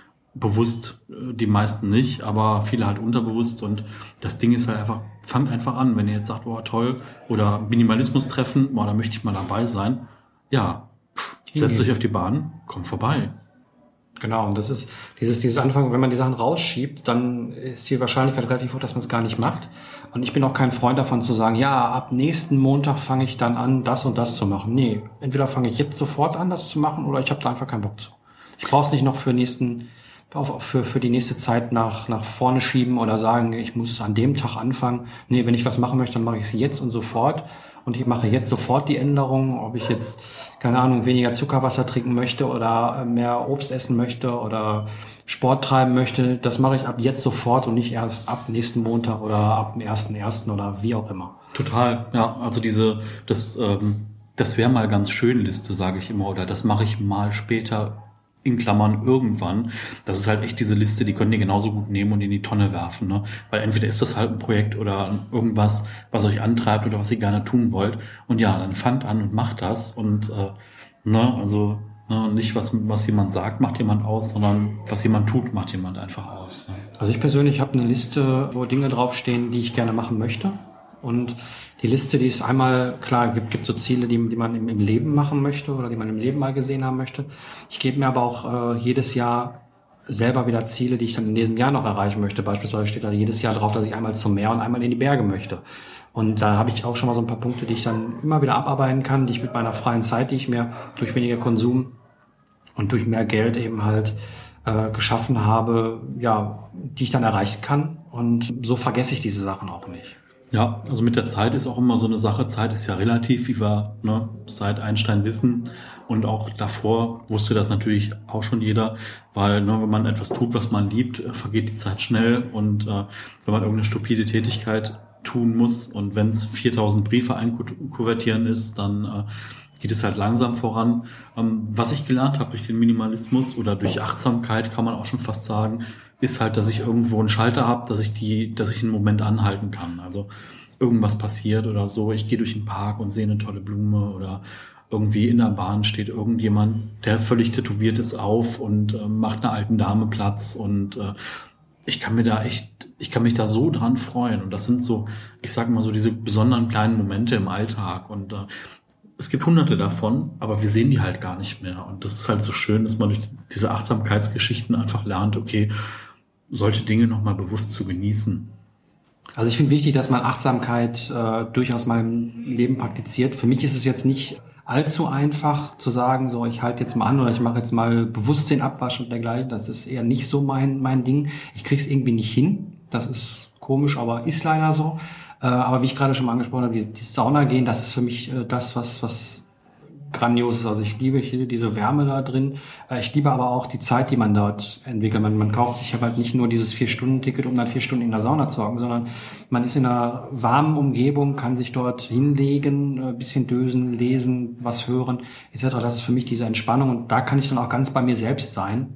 Bewusst äh, die meisten nicht, aber viele halt unterbewusst und das Ding ist halt einfach, fangt einfach an. Wenn ihr jetzt sagt, boah toll, oder Minimalismus treffen, boah, da möchte ich mal dabei sein. Ja, pff, setzt euch auf die Bahn, kommt vorbei. Genau, und das ist dieses, dieses Anfang, wenn man die Sachen rausschiebt, dann ist die Wahrscheinlichkeit relativ hoch, dass man es gar nicht macht. Und ich bin auch kein Freund davon zu sagen, ja, ab nächsten Montag fange ich dann an, das und das zu machen. Nee, entweder fange ich jetzt sofort an, das zu machen, oder ich habe da einfach keinen Bock zu. Ich brauche es nicht noch für nächsten, für, für die nächste Zeit nach, nach vorne schieben oder sagen, ich muss es an dem Tag anfangen. Nee, wenn ich was machen möchte, dann mache ich es jetzt und sofort. Und ich mache jetzt sofort die Änderungen, ob ich jetzt, keine Ahnung, weniger Zuckerwasser trinken möchte oder mehr Obst essen möchte oder Sport treiben möchte. Das mache ich ab jetzt sofort und nicht erst ab nächsten Montag oder ab dem ersten ersten oder wie auch immer. Total, ja. Also diese, das, ähm, das wäre mal ganz schön Liste, sage ich immer, oder das mache ich mal später in Klammern irgendwann. Das ist halt echt diese Liste, die könnt ihr genauso gut nehmen und in die Tonne werfen, ne? Weil entweder ist das halt ein Projekt oder irgendwas, was euch antreibt oder was ihr gerne tun wollt. Und ja, dann fangt an und macht das und äh, ne, also ne, nicht was was jemand sagt, macht jemand aus, sondern was jemand tut, macht jemand einfach aus. Ne? Also ich persönlich habe eine Liste, wo Dinge draufstehen, die ich gerne machen möchte. Und die Liste, die ist einmal, klar, gibt gibt so Ziele, die, die man im, im Leben machen möchte oder die man im Leben mal gesehen haben möchte. Ich gebe mir aber auch äh, jedes Jahr selber wieder Ziele, die ich dann in diesem Jahr noch erreichen möchte. Beispielsweise steht da jedes Jahr drauf, dass ich einmal zum Meer und einmal in die Berge möchte. Und da habe ich auch schon mal so ein paar Punkte, die ich dann immer wieder abarbeiten kann, die ich mit meiner freien Zeit, die ich mir durch weniger Konsum und durch mehr Geld eben halt äh, geschaffen habe, ja, die ich dann erreichen kann. Und so vergesse ich diese Sachen auch nicht. Ja, also mit der Zeit ist auch immer so eine Sache. Zeit ist ja relativ, wie wir ne, seit Einstein wissen. Und auch davor wusste das natürlich auch schon jeder, weil ne, wenn man etwas tut, was man liebt, vergeht die Zeit schnell. Und äh, wenn man irgendeine stupide Tätigkeit tun muss und wenn es viertausend Briefe einkuvertieren ist, dann äh, geht es halt langsam voran. Ähm, was ich gelernt habe durch den Minimalismus oder durch Achtsamkeit, kann man auch schon fast sagen, ist halt, dass ich irgendwo einen Schalter habe, dass ich die, dass ich einen Moment anhalten kann. Also irgendwas passiert oder so. Ich gehe durch den Park und sehe eine tolle Blume oder irgendwie in der Bahn steht irgendjemand, der völlig tätowiert ist, auf und äh, macht einer alten Dame Platz und äh, ich kann mir da echt, ich kann mich da so dran freuen. Und das sind so, ich sage mal so diese besonderen kleinen Momente im Alltag und äh, es gibt hunderte davon, aber wir sehen die halt gar nicht mehr. Und das ist halt so schön, dass man durch diese Achtsamkeitsgeschichten einfach lernt, okay, solche Dinge nochmal bewusst zu genießen. Also ich finde wichtig, dass man Achtsamkeit äh, durchaus mal im Leben praktiziert. Für mich ist es jetzt nicht allzu einfach zu sagen, so ich halte jetzt mal an oder ich mache jetzt mal bewusst den Abwasch und dergleichen. Das ist eher nicht so mein mein Ding. Ich kriege es irgendwie nicht hin. Das ist komisch, aber ist leider so. Äh, aber wie ich gerade schon mal angesprochen habe, die, die Sauna gehen, das ist für mich äh, das, was was grandios ist. Also ich liebe, ich liebe diese Wärme da drin. Ich liebe aber auch die Zeit, die man dort entwickelt. Man, man kauft sich halt nicht nur dieses Vier-Stunden-Ticket, um dann vier Stunden in der Sauna zu hocken, sondern man ist in einer warmen Umgebung, kann sich dort hinlegen, ein bisschen dösen, lesen, was hören, et cetera. Das ist für mich diese Entspannung und da kann ich dann auch ganz bei mir selbst sein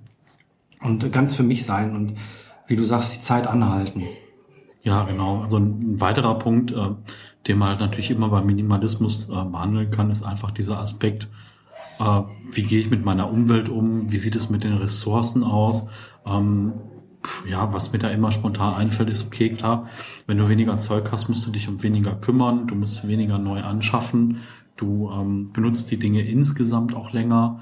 und ganz für mich sein und wie du sagst, die Zeit anhalten. Ja, genau. Also ein weiterer Punkt, äh, den man halt natürlich immer beim Minimalismus äh, behandeln kann, ist einfach dieser Aspekt, äh, wie gehe ich mit meiner Umwelt um, wie sieht es mit den Ressourcen aus, ähm, Ja, was mir da immer spontan einfällt, ist okay, klar, wenn du weniger Zeug hast, musst du dich um weniger kümmern, du musst weniger neu anschaffen, du ähm, benutzt die Dinge insgesamt auch länger.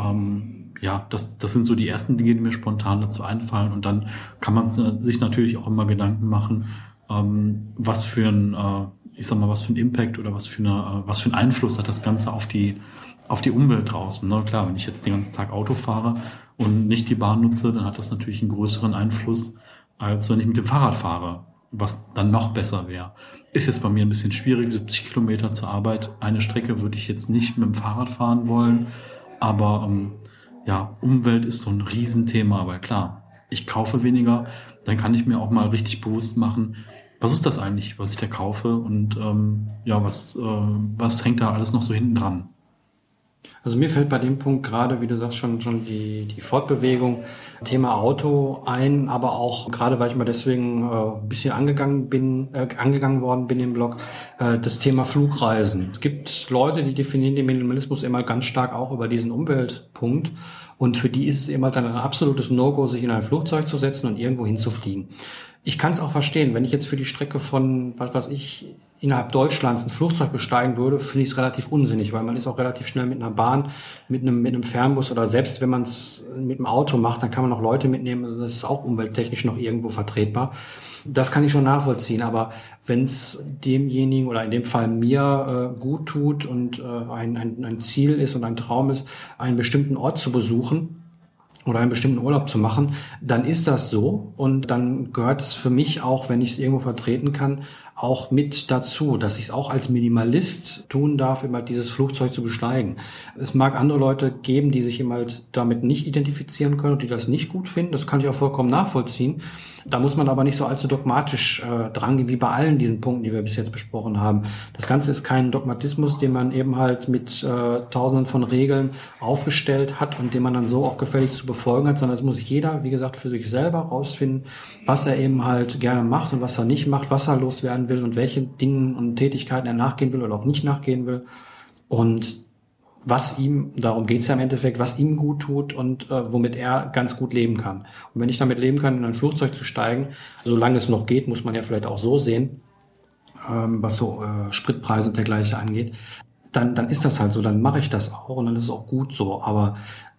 Ähm, ja, das, das sind so die ersten Dinge, die mir spontan dazu einfallen. Und dann kann man sich natürlich auch immer Gedanken machen, ähm, was für ein, äh, ich sag mal, was für ein Impact oder was für eine, äh, was für einen Einfluss hat das Ganze auf die auf die Umwelt draußen. Ne? Klar, wenn ich jetzt den ganzen Tag Auto fahre und nicht die Bahn nutze, dann hat das natürlich einen größeren Einfluss, als wenn ich mit dem Fahrrad fahre, was dann noch besser wäre. Ist jetzt bei mir ein bisschen schwierig, siebzig Kilometer zur Arbeit. Eine Strecke würde ich jetzt nicht mit dem Fahrrad fahren wollen, aber ähm, ja, Umwelt ist so ein Riesenthema, weil klar, ich kaufe weniger, dann kann ich mir auch mal richtig bewusst machen, was ist das eigentlich, was ich da kaufe und ähm, ja, was, äh, was hängt da alles noch so hinten dran? Also mir fällt bei dem Punkt gerade, wie du sagst, schon schon die die Fortbewegung, Thema Auto ein, aber auch gerade, weil ich mal deswegen äh, ein bisschen angegangen bin, äh, angegangen worden bin im Blog, äh, das Thema Flugreisen. Es gibt Leute, die definieren den Minimalismus immer ganz stark auch über diesen Umweltpunkt und für die ist es immer dann ein absolutes No-Go, sich in ein Flugzeug zu setzen und irgendwo hinzufliegen. Ich kann es auch verstehen, wenn ich jetzt für die Strecke von, was weiß ich, innerhalb Deutschlands ein Flugzeug besteigen würde, finde ich es relativ unsinnig, weil man ist auch relativ schnell mit einer Bahn, mit einem, mit einem Fernbus oder selbst wenn man es mit dem Auto macht, dann kann man noch Leute mitnehmen, das ist auch umwelttechnisch noch irgendwo vertretbar. Das kann ich schon nachvollziehen, aber wenn es demjenigen oder in dem Fall mir äh, gut tut und äh, ein, ein, ein Ziel ist und ein Traum ist, einen bestimmten Ort zu besuchen, oder einen bestimmten Urlaub zu machen, dann ist das so und dann gehört es für mich auch, wenn ich es irgendwo vertreten kann, auch mit dazu, dass ich es auch als Minimalist tun darf, immer dieses Flugzeug zu besteigen. Es mag andere Leute geben, die sich eben halt damit nicht identifizieren können und die das nicht gut finden. Das kann ich auch vollkommen nachvollziehen. Da muss man aber nicht so allzu dogmatisch äh, drangehen, wie bei allen diesen Punkten, die wir bis jetzt besprochen haben. Das Ganze ist kein Dogmatismus, den man eben halt mit äh, tausenden von Regeln aufgestellt hat und den man dann so auch gefälligst zu befolgen hat, sondern es muss jeder, wie gesagt, für sich selber rausfinden, was er eben halt gerne macht und was er nicht macht, was er loswerden will und welche Dingen und Tätigkeiten er nachgehen will oder auch nicht nachgehen will. Und was ihm, darum geht's ja im Endeffekt, was ihm gut tut und äh, womit er ganz gut leben kann. Und wenn ich damit leben kann, in ein Flugzeug zu steigen, solange es noch geht, muss man ja vielleicht auch so sehen, ähm, was so äh, Spritpreise und dergleichen angeht, dann, dann ist das halt so, dann mache ich das auch und dann ist es auch gut so. Aber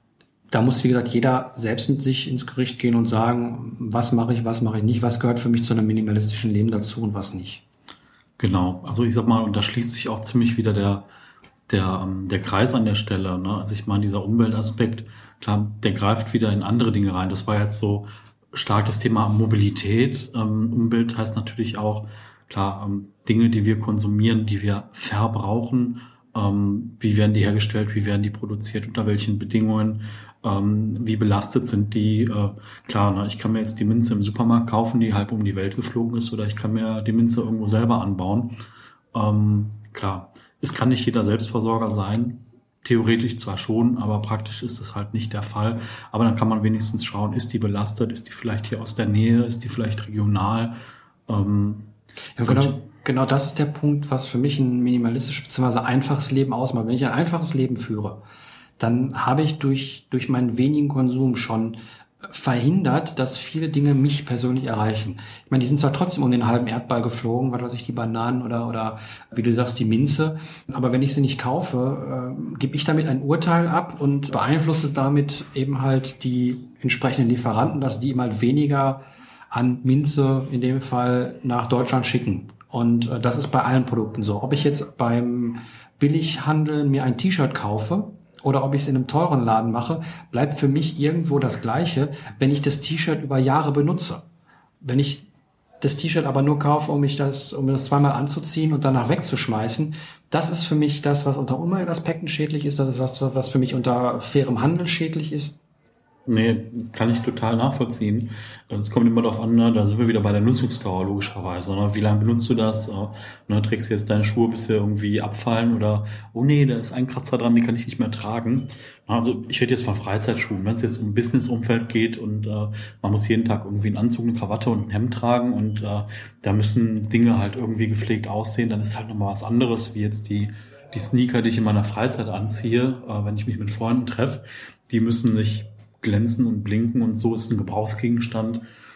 da muss, wie gesagt, jeder selbst mit sich ins Gericht gehen und sagen, was mache ich, was mache ich nicht, was gehört für mich zu einem minimalistischen Leben dazu und was nicht. Genau, also ich sag mal, und da schließt sich auch ziemlich wieder der der der Kreis an der Stelle. Ne? Also ich meine, dieser Umweltaspekt, klar, der greift wieder in andere Dinge rein. Das war jetzt so stark das Thema Mobilität. Ähm, Umwelt heißt natürlich auch, klar, ähm, Dinge, die wir konsumieren, die wir verbrauchen. Ähm, wie werden die hergestellt, wie werden die produziert, unter welchen Bedingungen, ähm, wie belastet sind die. Äh, klar, ne, ich kann mir jetzt die Minze im Supermarkt kaufen, die halb um die Welt geflogen ist, oder ich kann mir die Minze irgendwo selber anbauen. Ähm, klar, es kann nicht jeder Selbstversorger sein, theoretisch zwar schon, aber praktisch ist das halt nicht der Fall. Aber dann kann man wenigstens schauen, ist die belastet, ist die vielleicht hier aus der Nähe, ist die vielleicht regional. Ähm, ja, genau. Genau das ist der Punkt, was für mich ein minimalistisches bzw. einfaches Leben ausmacht. Wenn ich ein einfaches Leben führe, dann habe ich durch durch meinen wenigen Konsum schon verhindert, dass viele Dinge mich persönlich erreichen. Ich meine, die sind zwar trotzdem um den halben Erdball geflogen, was weiß ich, die Bananen oder oder wie du sagst, die Minze, aber wenn ich sie nicht kaufe, äh, gebe ich damit ein Urteil ab und beeinflusse damit eben halt die entsprechenden Lieferanten, dass die eben halt weniger an Minze in dem Fall nach Deutschland schicken. Und äh, das ist bei allen Produkten so. Ob ich jetzt beim Billighandel mir ein T-Shirt kaufe oder ob ich es in einem teuren Laden mache, bleibt für mich irgendwo das Gleiche, wenn ich das T-Shirt über Jahre benutze. Wenn ich das T-Shirt aber nur kaufe, um mich das, um das zweimal anzuziehen und danach wegzuschmeißen, das ist für mich das, was unter Umweltaspekten schädlich ist. Das ist was, was für mich unter fairem Handel schädlich ist. Nee, kann ich total nachvollziehen. Es kommt immer darauf an, ne, da sind wir wieder bei der Nutzungsdauer logischerweise. Ne? Wie lange benutzt du das? Ne, trägst du jetzt deine Schuhe, bis sie irgendwie abfallen oder, oh nee, da ist ein Kratzer dran, den kann ich nicht mehr tragen. Also ich rede jetzt von Freizeitschuhen. Wenn es jetzt um Business-Umfeld geht und äh, man muss jeden Tag irgendwie einen Anzug, eine Krawatte und ein Hemd tragen und äh, da müssen Dinge halt irgendwie gepflegt aussehen, dann ist halt nochmal was anderes, wie jetzt die, die Sneaker, die ich in meiner Freizeit anziehe, äh, wenn ich mich mit Freunden treffe. Die müssen nicht glänzen und blinken und so, ist ein Gebrauchsgegenstand.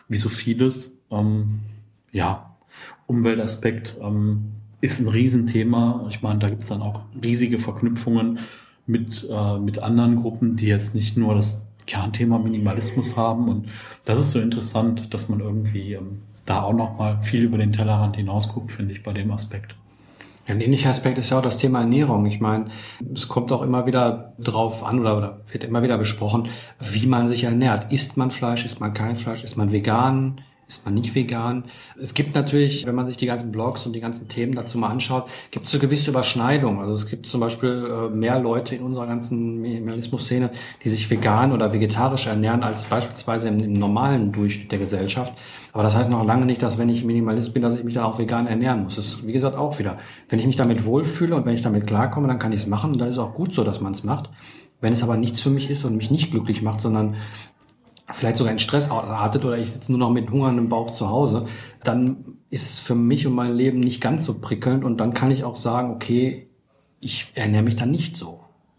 wie so vieles, ähm, ja, Umweltaspekt ähm, ist ein Riesenthema. Ich meine, da gibt es dann auch riesige Verknüpfungen mit, äh, mit anderen Gruppen, die jetzt nicht nur das Kernthema Minimalismus haben. Und das ist so interessant, dass man irgendwie ähm, da auch noch mal viel über den Tellerrand hinausguckt, finde ich, bei dem Aspekt. Ein ähnlicher Aspekt ist ja auch das Thema Ernährung. Ich meine, es kommt auch immer wieder drauf an oder, oder wird immer wieder besprochen, wie man sich ernährt. Isst man Fleisch, isst man kein Fleisch, ist man vegan, ist man nicht vegan? Es gibt natürlich, wenn man sich die ganzen Blogs und die ganzen Themen dazu mal anschaut, gibt es so gewisse Überschneidungen. Also es gibt zum Beispiel äh, mehr Leute in unserer ganzen Minimalismus-Szene, die sich vegan oder vegetarisch ernähren, als beispielsweise im, im normalen Durchschnitt der Gesellschaft. Aber das heißt noch lange nicht, dass wenn ich Minimalist bin, dass ich mich dann auch vegan ernähren muss. Das ist, wie gesagt, auch wieder. Wenn ich mich damit wohlfühle und wenn ich damit klarkomme, dann kann ich es machen. Und dann ist es auch gut so, dass man es macht. Wenn es aber nichts für mich ist und mich nicht glücklich macht, sondern vielleicht sogar in Stress artet oder ich sitze nur noch mit hungerndem Bauch zu Hause, dann ist es für mich und mein Leben nicht ganz so prickelnd und dann kann ich auch sagen, okay, ich ernähre mich dann nicht so.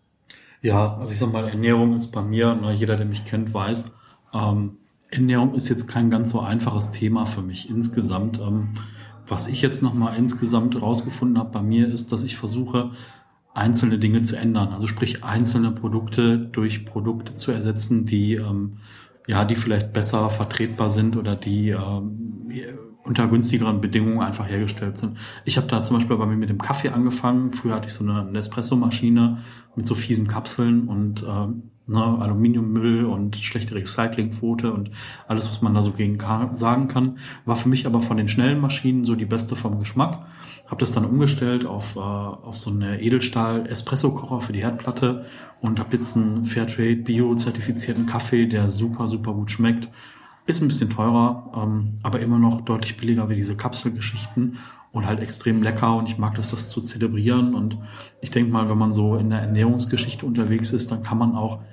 Ja, also ich sag mal, Ernährung ist bei mir, ne, jeder, der mich kennt, weiß, ähm, Ernährung ist jetzt kein ganz so einfaches Thema für mich insgesamt. Ähm, was ich jetzt nochmal insgesamt rausgefunden habe bei mir, ist, dass ich versuche, einzelne Dinge zu ändern. Also sprich, einzelne Produkte durch Produkte zu ersetzen, die ähm, ja, die vielleicht besser vertretbar sind oder die ähm, unter günstigeren Bedingungen einfach hergestellt sind. Ich habe da zum Beispiel bei mir mit dem Kaffee angefangen. Früher hatte ich so eine Nespresso-Maschine mit so fiesen Kapseln und ähm, ne, Aluminiummüll und schlechte Recyclingquote und alles, was man da so gegen sagen kann. War für mich aber von den schnellen Maschinen so die beste vom Geschmack. Habe das dann umgestellt auf, äh, auf so eine Edelstahl-Espresso-Kocher für die Herdplatte und habe jetzt einen Fairtrade Bio-zertifizierten Kaffee, der super, super gut schmeckt. Ist ein bisschen teurer, ähm, aber immer noch deutlich billiger wie diese Kapselgeschichten und halt extrem lecker und ich mag das, das zu zelebrieren und ich denke mal, wenn man so in der Ernährungsgeschichte unterwegs ist, dann kann man auch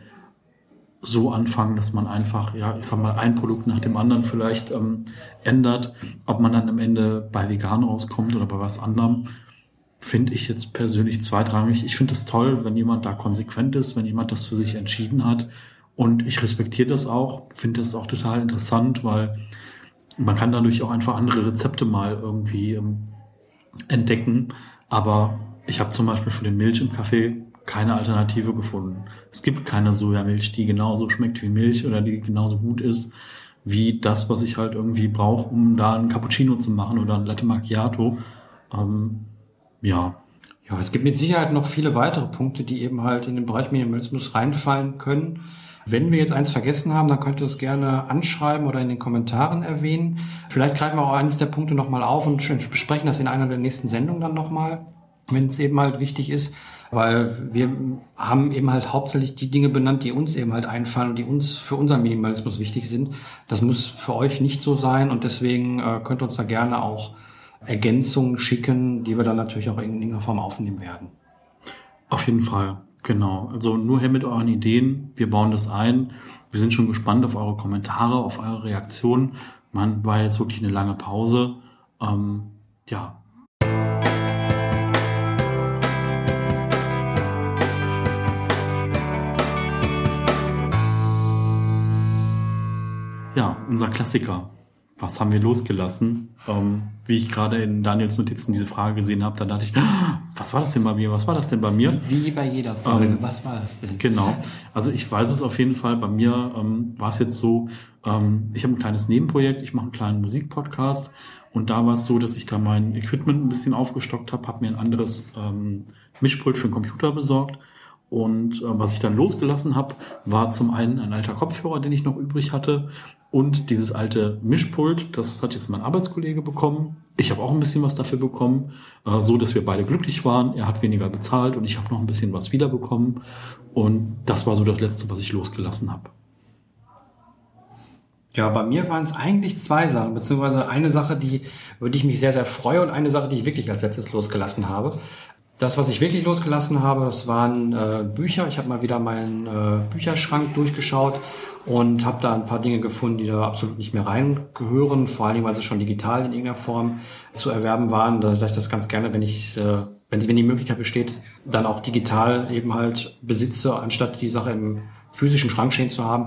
so anfangen, dass man einfach, ja, ich sag mal, ein Produkt nach dem anderen vielleicht ähm, ändert. Ob man dann am Ende bei vegan rauskommt oder bei was anderem, finde ich jetzt persönlich zweitrangig. Ich finde es toll, wenn jemand da konsequent ist, wenn jemand das für sich entschieden hat. Und ich respektiere das auch, finde das auch total interessant, weil man kann dadurch auch einfach andere Rezepte mal irgendwie ähm, entdecken. Aber ich habe zum Beispiel für den Milch im Kaffee keine Alternative gefunden. Es gibt keine Sojamilch, die genauso schmeckt wie Milch oder die genauso gut ist wie das, was ich halt irgendwie brauche, um da einen Cappuccino zu machen oder ein Latte Macchiato. Ähm, ja. Ja, es gibt mit Sicherheit noch viele weitere Punkte, die eben halt in den Bereich Minimalismus reinfallen können. Wenn wir jetzt eins vergessen haben, dann könnt ihr es gerne anschreiben oder in den Kommentaren erwähnen. Vielleicht greifen wir auch eines der Punkte nochmal auf und besprechen das in einer der nächsten Sendungen dann nochmal, wenn es eben halt wichtig ist. Weil wir haben eben halt hauptsächlich die Dinge benannt, die uns eben halt einfallen und die uns für unseren Minimalismus wichtig sind. Das muss für euch nicht so sein und deswegen äh, könnt ihr uns da gerne auch Ergänzungen schicken, die wir dann natürlich auch in irgendeiner Form aufnehmen werden. Auf jeden Fall, genau. Also nur her mit euren Ideen. Wir bauen das ein. Wir sind schon gespannt auf eure Kommentare, auf eure Reaktionen. Man war jetzt wirklich eine lange Pause. Ähm, ja. Ja, unser Klassiker. Was haben wir losgelassen? Ähm, wie ich gerade in Daniels Notizen diese Frage gesehen habe, da dachte ich, was war das denn bei mir? Was war das denn bei mir? Wie bei jeder Folge. Ähm, was war das denn? Genau. Also ich weiß es auf jeden Fall. Bei mir ähm, war es jetzt so, ähm, ich habe ein kleines Nebenprojekt. Ich mache einen kleinen Musikpodcast. Und da war es so, dass ich da mein Equipment ein bisschen aufgestockt habe, habe mir ein anderes ähm, Mischpult für den Computer besorgt. Und äh, was ich dann losgelassen habe, war zum einen ein alter Kopfhörer, den ich noch übrig hatte. Und dieses alte Mischpult, das hat jetzt mein Arbeitskollege bekommen. Ich habe auch ein bisschen was dafür bekommen, äh, so dass wir beide glücklich waren. Er hat weniger bezahlt und ich habe noch ein bisschen was wiederbekommen. Und das war so das Letzte, was ich losgelassen habe. Ja, bei mir waren es eigentlich zwei Sachen, beziehungsweise eine Sache, die, über die ich mich sehr, sehr freue und eine Sache, die ich wirklich als letztes losgelassen habe. Das, was ich wirklich losgelassen habe, das waren äh, Bücher. Ich habe mal wieder meinen äh, Bücherschrank durchgeschaut und habe da ein paar Dinge gefunden, die da absolut nicht mehr reingehören, vor allen Dingen, weil sie schon digital in irgendeiner Form zu erwerben waren. Da ich das ganz gerne, wenn ich, äh, wenn, wenn die Möglichkeit besteht, dann auch digital eben halt besitze, anstatt die Sache im physischen Schrank stehen zu haben.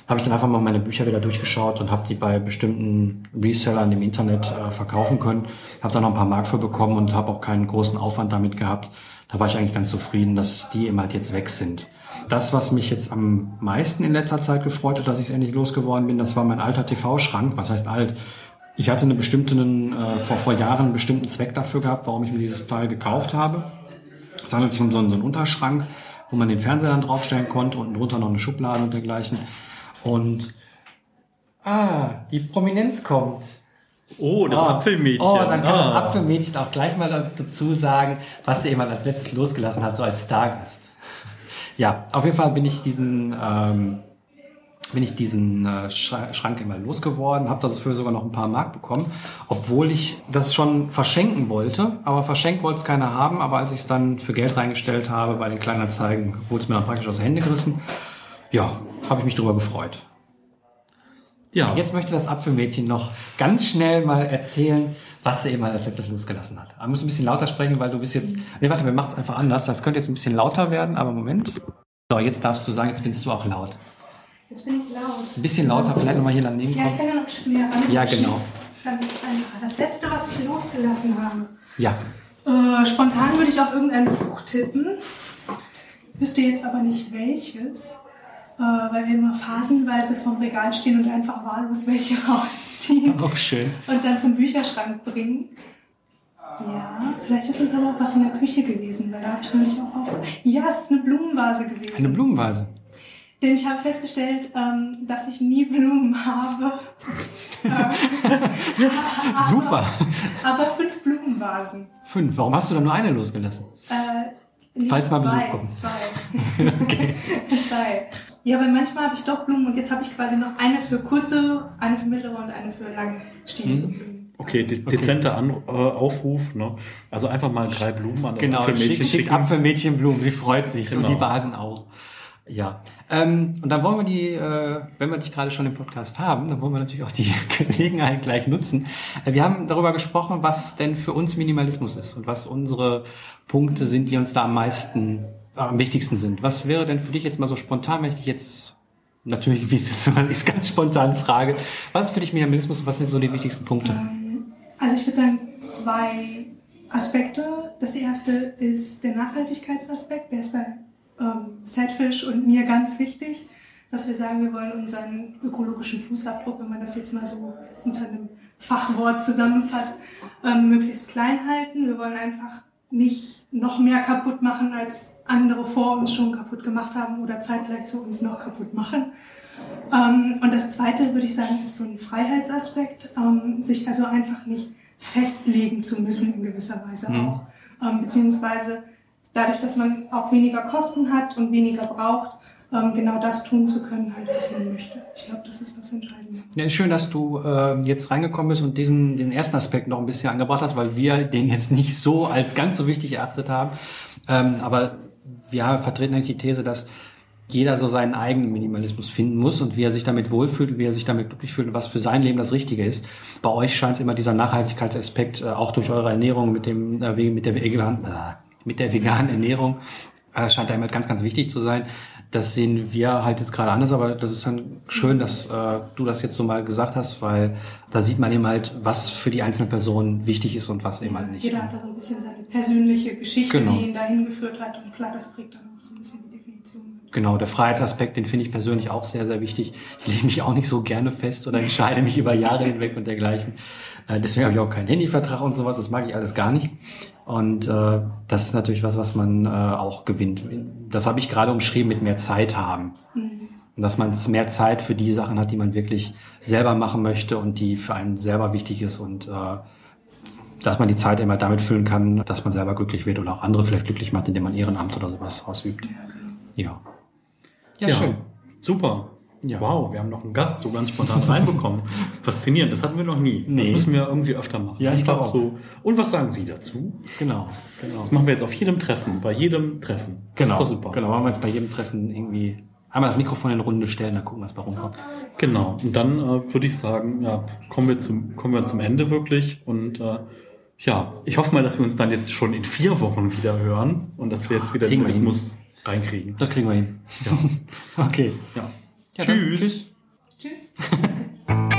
habe ich dann einfach mal meine Bücher wieder durchgeschaut und habe die bei bestimmten Resellern im Internet äh, verkaufen können. Habe da noch ein paar Mark für bekommen und habe auch keinen großen Aufwand damit gehabt. Da war ich eigentlich ganz zufrieden, dass die eben halt jetzt weg sind. Das, was mich jetzt am meisten in letzter Zeit gefreut hat, dass ich es endlich losgeworden bin, das war mein alter T V-Schrank. Was heißt alt? Ich hatte eine bestimmte, äh, vor, vor Jahren einen bestimmten Zweck dafür gehabt, warum ich mir dieses Teil gekauft habe. Es handelt sich um so einen, so einen Unterschrank, wo man den Fernseher dann draufstellen konnte und drunter noch eine Schublade und dergleichen. Und ah, die Prominenz kommt. Oh, das oh, Apfelmädchen. Oh, dann kann ah. das Apfelmädchen auch gleich mal dazu sagen, was sie jemand als letztes losgelassen hat, so als Stargast. Ja, auf jeden Fall bin ich diesen, ähm, bin ich diesen äh, Schrank immer losgeworden, habe dafür sogar noch ein paar Mark bekommen, obwohl ich das schon verschenken wollte, aber verschenkt wollte es keiner haben, aber als ich es dann für Geld reingestellt habe bei den Kleinanzeigen, wurde es mir dann praktisch aus den Händen gerissen. Ja, habe ich mich drüber gefreut. Ja. Jetzt möchte das Apfelmädchen noch ganz schnell mal erzählen, was sie eben als letztes losgelassen hat. Wir müssen ein bisschen lauter sprechen, weil du bist jetzt... Nee, warte, wir machen es einfach anders. Das könnte jetzt ein bisschen lauter werden, aber Moment. So, jetzt darfst du sagen, jetzt bist du auch laut. Jetzt bin ich laut. Ein bisschen lauter, vielleicht nochmal hier daneben kommen. Ja, ich kann ja noch ein Stück näher ran. Ja, genau. Dann ist es einfacher. Das letzte, was ich losgelassen habe. Ja. Äh, spontan würde ich auf irgendein Buch tippen. Ich wüsste jetzt aber nicht welches. Äh, weil wir immer phasenweise vom Regal stehen und einfach wahllos welche rausziehen. Auch schön. Und dann zum Bücherschrank bringen. Ja, vielleicht ist es aber auch was in der Küche gewesen, weil da habe ich nämlich auch auf. Ja, es ist eine Blumenvase gewesen. Eine Blumenvase? Denn ich habe festgestellt, ähm, dass ich nie Blumen habe. Super. Aber, aber fünf Blumenvasen. Fünf? Warum hast du da nur eine losgelassen? Äh, nee, Falls mal zwei, Besuch kommt. Zwei. Okay. Zwei. Ja, weil manchmal habe ich doch Blumen und jetzt habe ich quasi noch eine für kurze, eine für mittlere und eine für langstehende Blumen. Okay, de- dezenter An- äh, Aufruf. Ne? Also einfach mal drei Blumen an das genau, Apfelmädchen schick, schicken. Schickt Apfelmädchen Blumen, sie freut sich. Genau. Und die Vasen auch. Ja, ähm, und dann wollen wir die, äh, wenn wir dich gerade schon im Podcast haben, dann wollen wir natürlich auch die Gelegenheit gleich nutzen. Äh, wir haben darüber gesprochen, was denn für uns Minimalismus ist und was unsere Punkte sind, die uns da am meisten, äh, am wichtigsten sind. Was wäre denn für dich jetzt mal so spontan, wenn ich dich jetzt, natürlich, wie es ist, weil ich es ganz spontan frage, was ist für dich Minimalismus und was sind so die wichtigsten Punkte? Ähm, also ich würde sagen, zwei Aspekte. Das erste ist der Nachhaltigkeitsaspekt, der ist bei Ähm, Sadfish und mir ganz wichtig, dass wir sagen, wir wollen unseren ökologischen Fußabdruck, wenn man das jetzt mal so unter einem Fachwort zusammenfasst, ähm, möglichst klein halten. Wir wollen einfach nicht noch mehr kaputt machen, als andere vor uns schon kaputt gemacht haben oder zeitgleich zu uns noch kaputt machen. Ähm, und das Zweite, würde ich sagen, ist so ein Freiheitsaspekt, ähm, sich also einfach nicht festlegen zu müssen in gewisser Weise mhm. auch, ähm, beziehungsweise dadurch, dass man auch weniger Kosten hat und weniger braucht, ähm, genau das tun zu können, halt, was man möchte. Ich glaube, das ist das Entscheidende. Ja, ist schön, dass du äh, jetzt reingekommen bist und diesen den ersten Aspekt noch ein bisschen angebracht hast, weil wir den jetzt nicht so als ganz so wichtig erachtet haben. Ähm, aber wir vertreten eigentlich die These, dass jeder so seinen eigenen Minimalismus finden muss und wie er sich damit wohlfühlt, wie er sich damit glücklich fühlt und was für sein Leben das Richtige ist. Bei euch scheint immer dieser Nachhaltigkeitsaspekt, äh, auch durch eure Ernährung mit dem äh, mit der veganen äh, mit der veganen Ernährung, äh, scheint einem halt ganz, ganz wichtig zu sein. Das sehen wir halt jetzt gerade anders, aber das ist dann schön, dass äh, du das jetzt so mal gesagt hast, weil da sieht man eben halt, was für die einzelne Person wichtig ist und was eben ja, halt nicht. Jeder hat da so ein bisschen seine persönliche Geschichte, genau. die ihn dahin geführt hat und klar, das prägt dann auch so ein bisschen die Definition. Genau, der Freiheitsaspekt, den finde ich persönlich auch sehr, sehr wichtig. Ich lege mich auch nicht so gerne fest oder entscheide mich über Jahre hinweg und dergleichen. Äh, deswegen habe ich auch keinen Handyvertrag und sowas, das mag ich alles gar nicht. Und äh, das ist natürlich was, was man äh, auch gewinnt. Das habe ich gerade umschrieben mit mehr Zeit haben. Mhm. Und dass man mehr Zeit für die Sachen hat, die man wirklich selber machen möchte und die für einen selber wichtig ist und äh, dass man die Zeit immer damit füllen kann, dass man selber glücklich wird oder auch andere vielleicht glücklich macht, indem man Ehrenamt oder sowas ausübt. Ja, genau. Ja. Ja, ja, schön. Super. Ja. Wow, wir haben noch einen Gast so ganz spontan reinbekommen. Faszinierend, das hatten wir noch nie. Nee. Das müssen wir irgendwie öfter machen. Ja, ich glaube auch. So. Und was sagen Sie dazu? Genau, genau. Das machen wir jetzt auf jedem Treffen, bei jedem Treffen. Das genau, ist doch super. Genau, machen wir jetzt bei jedem Treffen irgendwie einmal das Mikrofon in eine Runde stellen, dann gucken, was bei rumkommt. Genau, und dann äh, würde ich sagen, ja, kommen wir zum, kommen wir zum Ende wirklich und äh, ja, ich hoffe mal, dass wir uns dann jetzt schon in vier Wochen wieder hören und dass wir jetzt wieder den Rhythmus reinkriegen. Das kriegen wir hin. Ja. Okay. Ja. Ja, Tschüss. Tschüss. Tschüss.